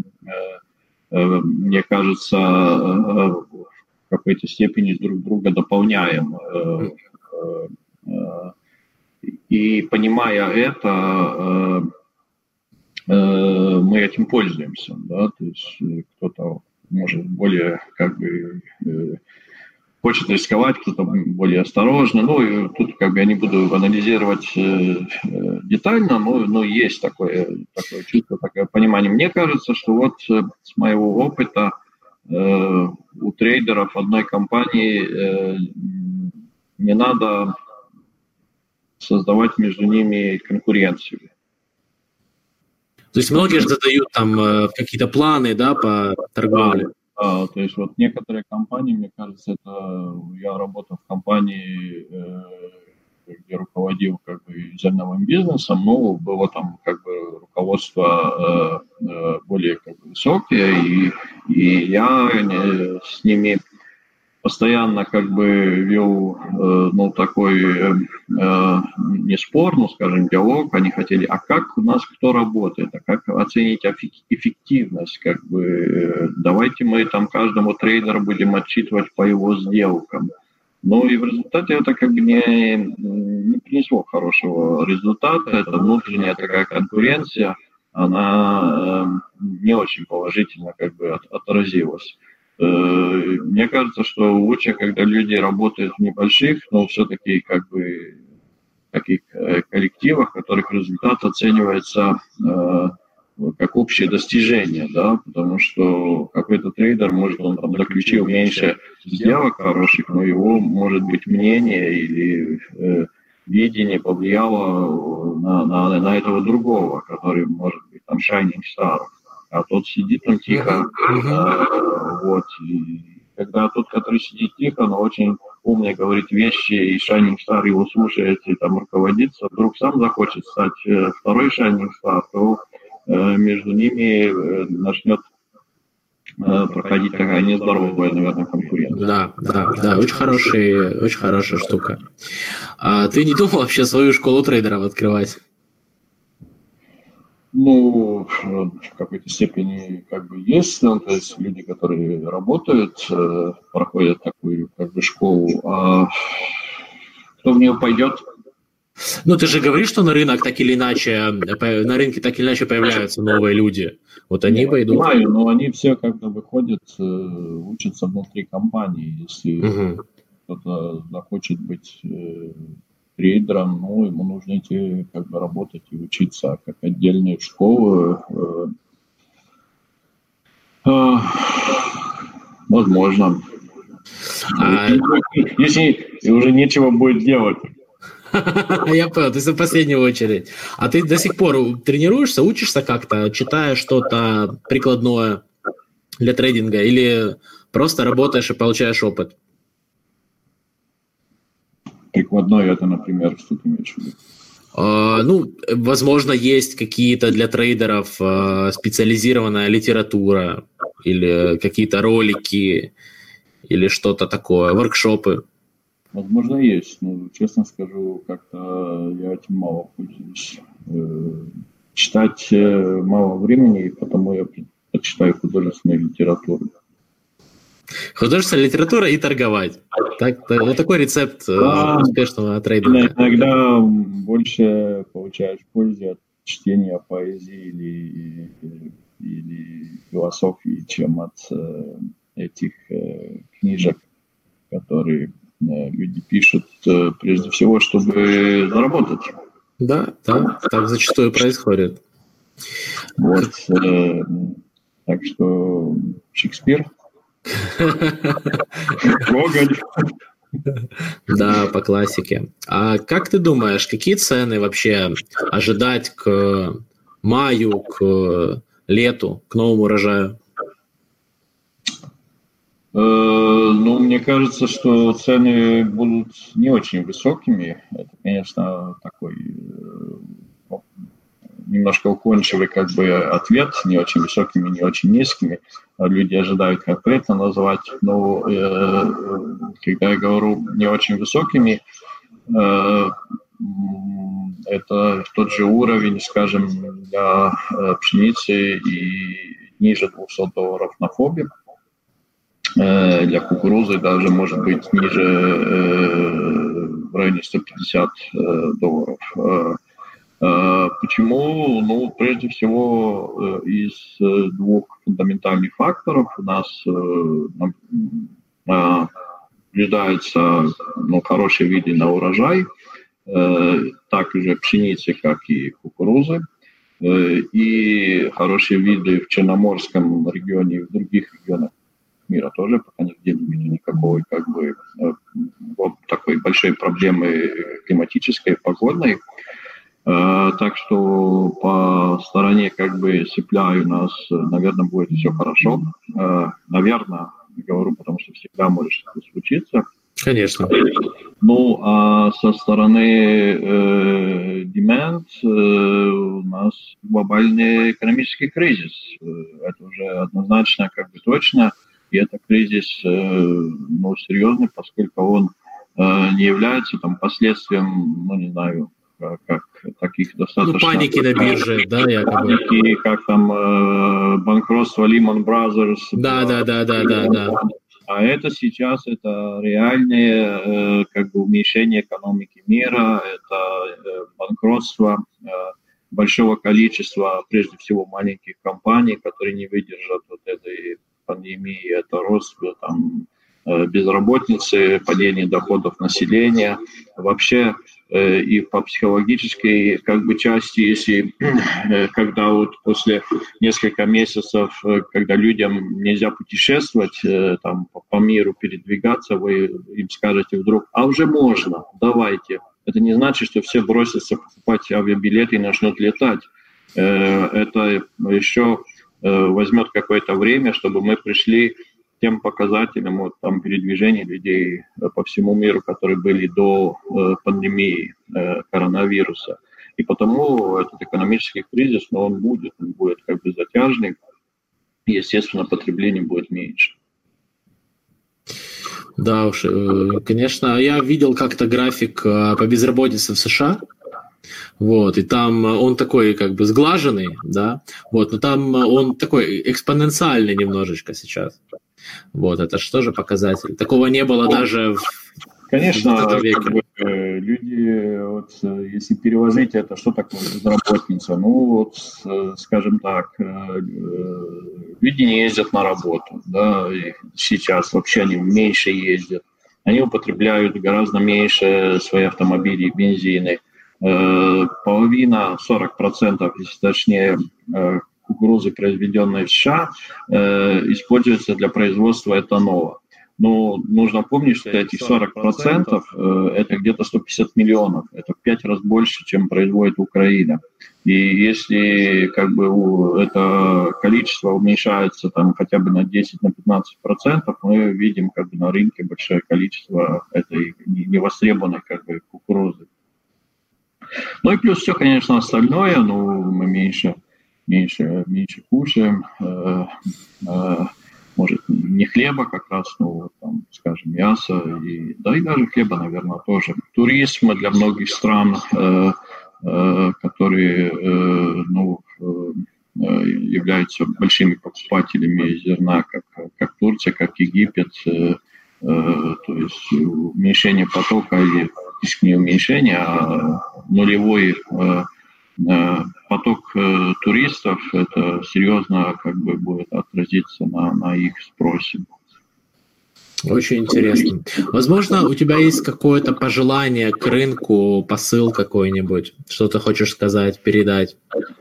мне кажется, в какой-то степени друг друга дополняем. И понимая это, мы этим пользуемся, да, то есть кто-то может более как бы хочет рисковать, кто-то более осторожно, и тут как бы я не буду анализировать детально, но есть такое чувство, такое понимание. Мне кажется, что вот с моего опыта у трейдеров одной компании не надо создавать между ними конкуренцию. То есть многие же задают там какие-то планы, да, по торговле. Да, то есть вот некоторые компании, мне кажется, я работал в компании, где руководил как бы зерновым бизнесом, было там как бы руководство более как бы высокое, и я с ними постоянно как бы вел такой не спор, скажем, диалог. Они хотели, как у нас кто работает, как оценить эффективность, как бы давайте мы там каждому трейдеру будем отчитывать по его сделкам. И в результате это как бы не принесло хорошего результата. Это внутренняя такая конкуренция, она не очень положительно как бы отразилась. Мне кажется, что лучше, когда люди работают в небольших, но все-таки как бы таких коллективах, в которых результат оценивается как общее достижение, да, потому что какой-то трейдер, может, он там заключил меньше сделок хороших, но его, может быть, мнение или видение повлияло на этого другого, который, может быть, там Shining Star. А тот сидит там тихо, и когда тот, который сидит тихо, но очень умно говорит вещи, и Shining Star его слушает и там руководится, вдруг сам захочет стать второй Shining Star, то между ними начнет проходить такая нездоровая, наверное, конкуренция. Да, очень хорошая штука. А ты не думал вообще свою школу трейдеров открывать? Ну, в какой-то степени как бы есть, ну, то есть люди, которые работают, проходят такую как бы школу, а кто в нее пойдет? Ну, ты же говоришь, что на рынке так или иначе появляются новые люди. Вот они Я пойдут. понимаю, но они все как бы выходят, учатся внутри компании. Если кто-то захочет быть трейдером, ну, ему нужно идти как бы работать и учиться, а как отдельные школы. Возможно. Если уже нечего будет делать. Я понял, то есть в последнюю очередь. А ты до сих пор тренируешься, учишься как-то, читаешь что-то прикладное для трейдинга или просто работаешь и получаешь опыт? Прикладное это, например, что ты имеешь в виду? Ну, возможно, есть какие-то для трейдеров специализированная литература или какие-то ролики или что-то такое, воркшопы. Возможно, есть, но, честно скажу, как-то я этим мало пользуюсь. Читать мало времени, и потому я предпочитаю художественную литературу. Художественная литература и торговать. Вот такой рецепт успешного трейдинга. Иногда больше получаешь пользы от чтения поэзии или философии, чем от этих книжек, которые люди пишут прежде всего, чтобы заработать. Да, так зачастую происходит. Вот, так что Шекспир, Гоголь. Да, по классике. А как ты думаешь, какие цены вообще ожидать к маю, к лету, к новому урожаю? Ну, мне кажется, что цены будут не очень высокими. Это, конечно, такой немножко уклончивый как бы ответ, не очень высокими, не очень низкими. Люди ожидают конкретно назвать, но когда я говорю не очень высокими, это тот же уровень, скажем, для пшеницы и ниже $200 на фобе. Для кукурузы даже может быть ниже в районе $150. Почему? Ну, прежде всего, из двух фундаментальных факторов у нас наблюдаются хорошие виды на урожай, также пшеницы, как и кукурузы, и хорошие виды в Черноморском регионе и в других регионах мира тоже, пока нигде не видно никакой как бы вот такой большой проблемы климатической, погодной. Так что по стороне как бы supply у нас, наверное, будет все хорошо. Наверное, говорю, потому что всегда может что-то случиться. Конечно. Ну, а со стороны demand у нас глобальный экономический кризис. Это уже однозначно как бы точно. И это кризис серьезный, поскольку он не является там последствием, не знаю, как таких достаточно... паники на бирже, да, якобы. Паники, как там банкротство Lehman Brothers. Да. А это сейчас это реальное как бы уменьшение экономики мира, это банкротство большого количества, прежде всего, маленьких компаний, которые не выдержат вот этой пандемии, это рост там безработицы, падение доходов населения, вообще и по психологической как бы части, если когда вот после нескольких месяцев, когда людям нельзя путешествовать, там по миру передвигаться, вы им скажете вдруг, а уже можно, давайте. Это не значит, что все бросятся покупать авиабилеты и начнут летать. Это еще возьмет какое-то время, чтобы мы пришли к тем показателям вот, там, передвижения людей по всему миру, которые были до пандемии коронавируса. И потому этот экономический кризис, но он будет как бы затяжный, и, естественно, потребление будет меньше. Да уж, конечно, я видел как-то график по безработице в США. Вот, и там он такой как бы сглаженный, да, вот, но там он такой экспоненциальный немножечко сейчас. Вот, это же тоже показатель. Такого не было даже в Конечно, 20 веке. как бы, люди, вот, если переложить это, что такое безработница? Ну, вот, скажем так, люди не ездят на работу, да, и сейчас вообще они меньше ездят. Они употребляют гораздо меньше свои автомобили, бензины. Половина, 40%, если точнее, кукурузы, произведенной в США, используется для производства этанола. Но нужно помнить, что эти 40% это где-то 150 миллионов. Это в 5 раз больше, чем производит Украина. И если как бы это количество уменьшается там, хотя бы на 10-15%, мы видим как бы на рынке большое количество этой невостребованной как бы кукурузы. Ну и плюс все, конечно, остальное, ну, мы меньше кушаем, может, не хлеба как раз, ну, там, скажем, мясо, и даже хлеба, наверное, тоже. Туризм для многих стран, которые, являются большими покупателями зерна, как Турция, как Египет, то есть уменьшение потока или не уменьшение, а нулевой поток туристов, это серьезно как бы будет отразиться на их спросе. Очень интересно. Возможно, у тебя есть какое-то пожелание к рынку, посыл какой-нибудь, что ты хочешь сказать, передать?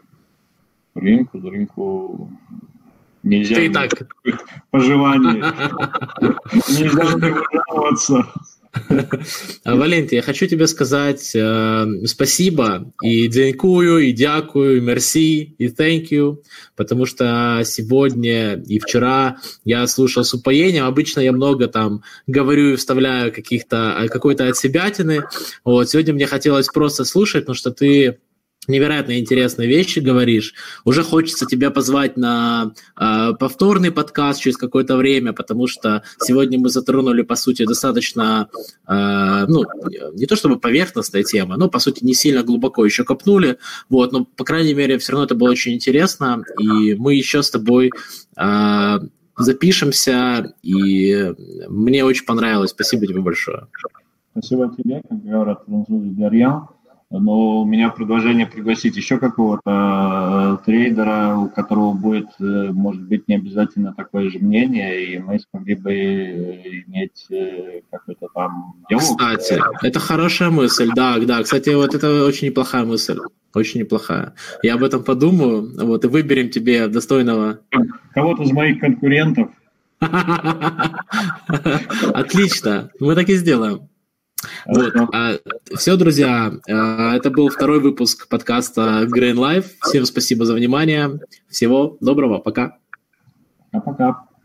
Рынку нельзя. Ты так. Пожелание. Нельзя жаловаться. Валентий, я хочу тебе сказать спасибо, и дзенькую, и дякую, и мерси, и thank you, потому что сегодня и вчера я слушал с упоением. Обычно я много там говорю и вставляю какой-то отсебятины. Вот, сегодня мне хотелось просто слушать, потому что ты невероятно интересные вещи говоришь. Уже хочется тебя позвать на повторный подкаст через какое-то время, потому что сегодня мы затронули, по сути, достаточно, не то чтобы поверхностная тема, но, по сути, не сильно глубоко еще копнули. Вот, но, по крайней мере, все равно это было очень интересно, и мы еще с тобой запишемся, и мне очень понравилось. Спасибо тебе большое. Спасибо тебе, как говорят французы, Дарьян. Но у меня предложение пригласить еще какого-то трейдера, у которого будет, может быть, не обязательно такое же мнение, и мы смогли бы иметь какой-то там диалог. Кстати, это хорошая мысль, да. Кстати, вот это очень неплохая мысль, очень неплохая. Я об этом подумаю, вот, и выберем тебе достойного... Кого-то из моих конкурентов. Отлично, мы так и сделаем. Вот. Все, друзья, это был второй выпуск подкаста Grain Life. Всем спасибо за внимание. Всего доброго, пока. Пока.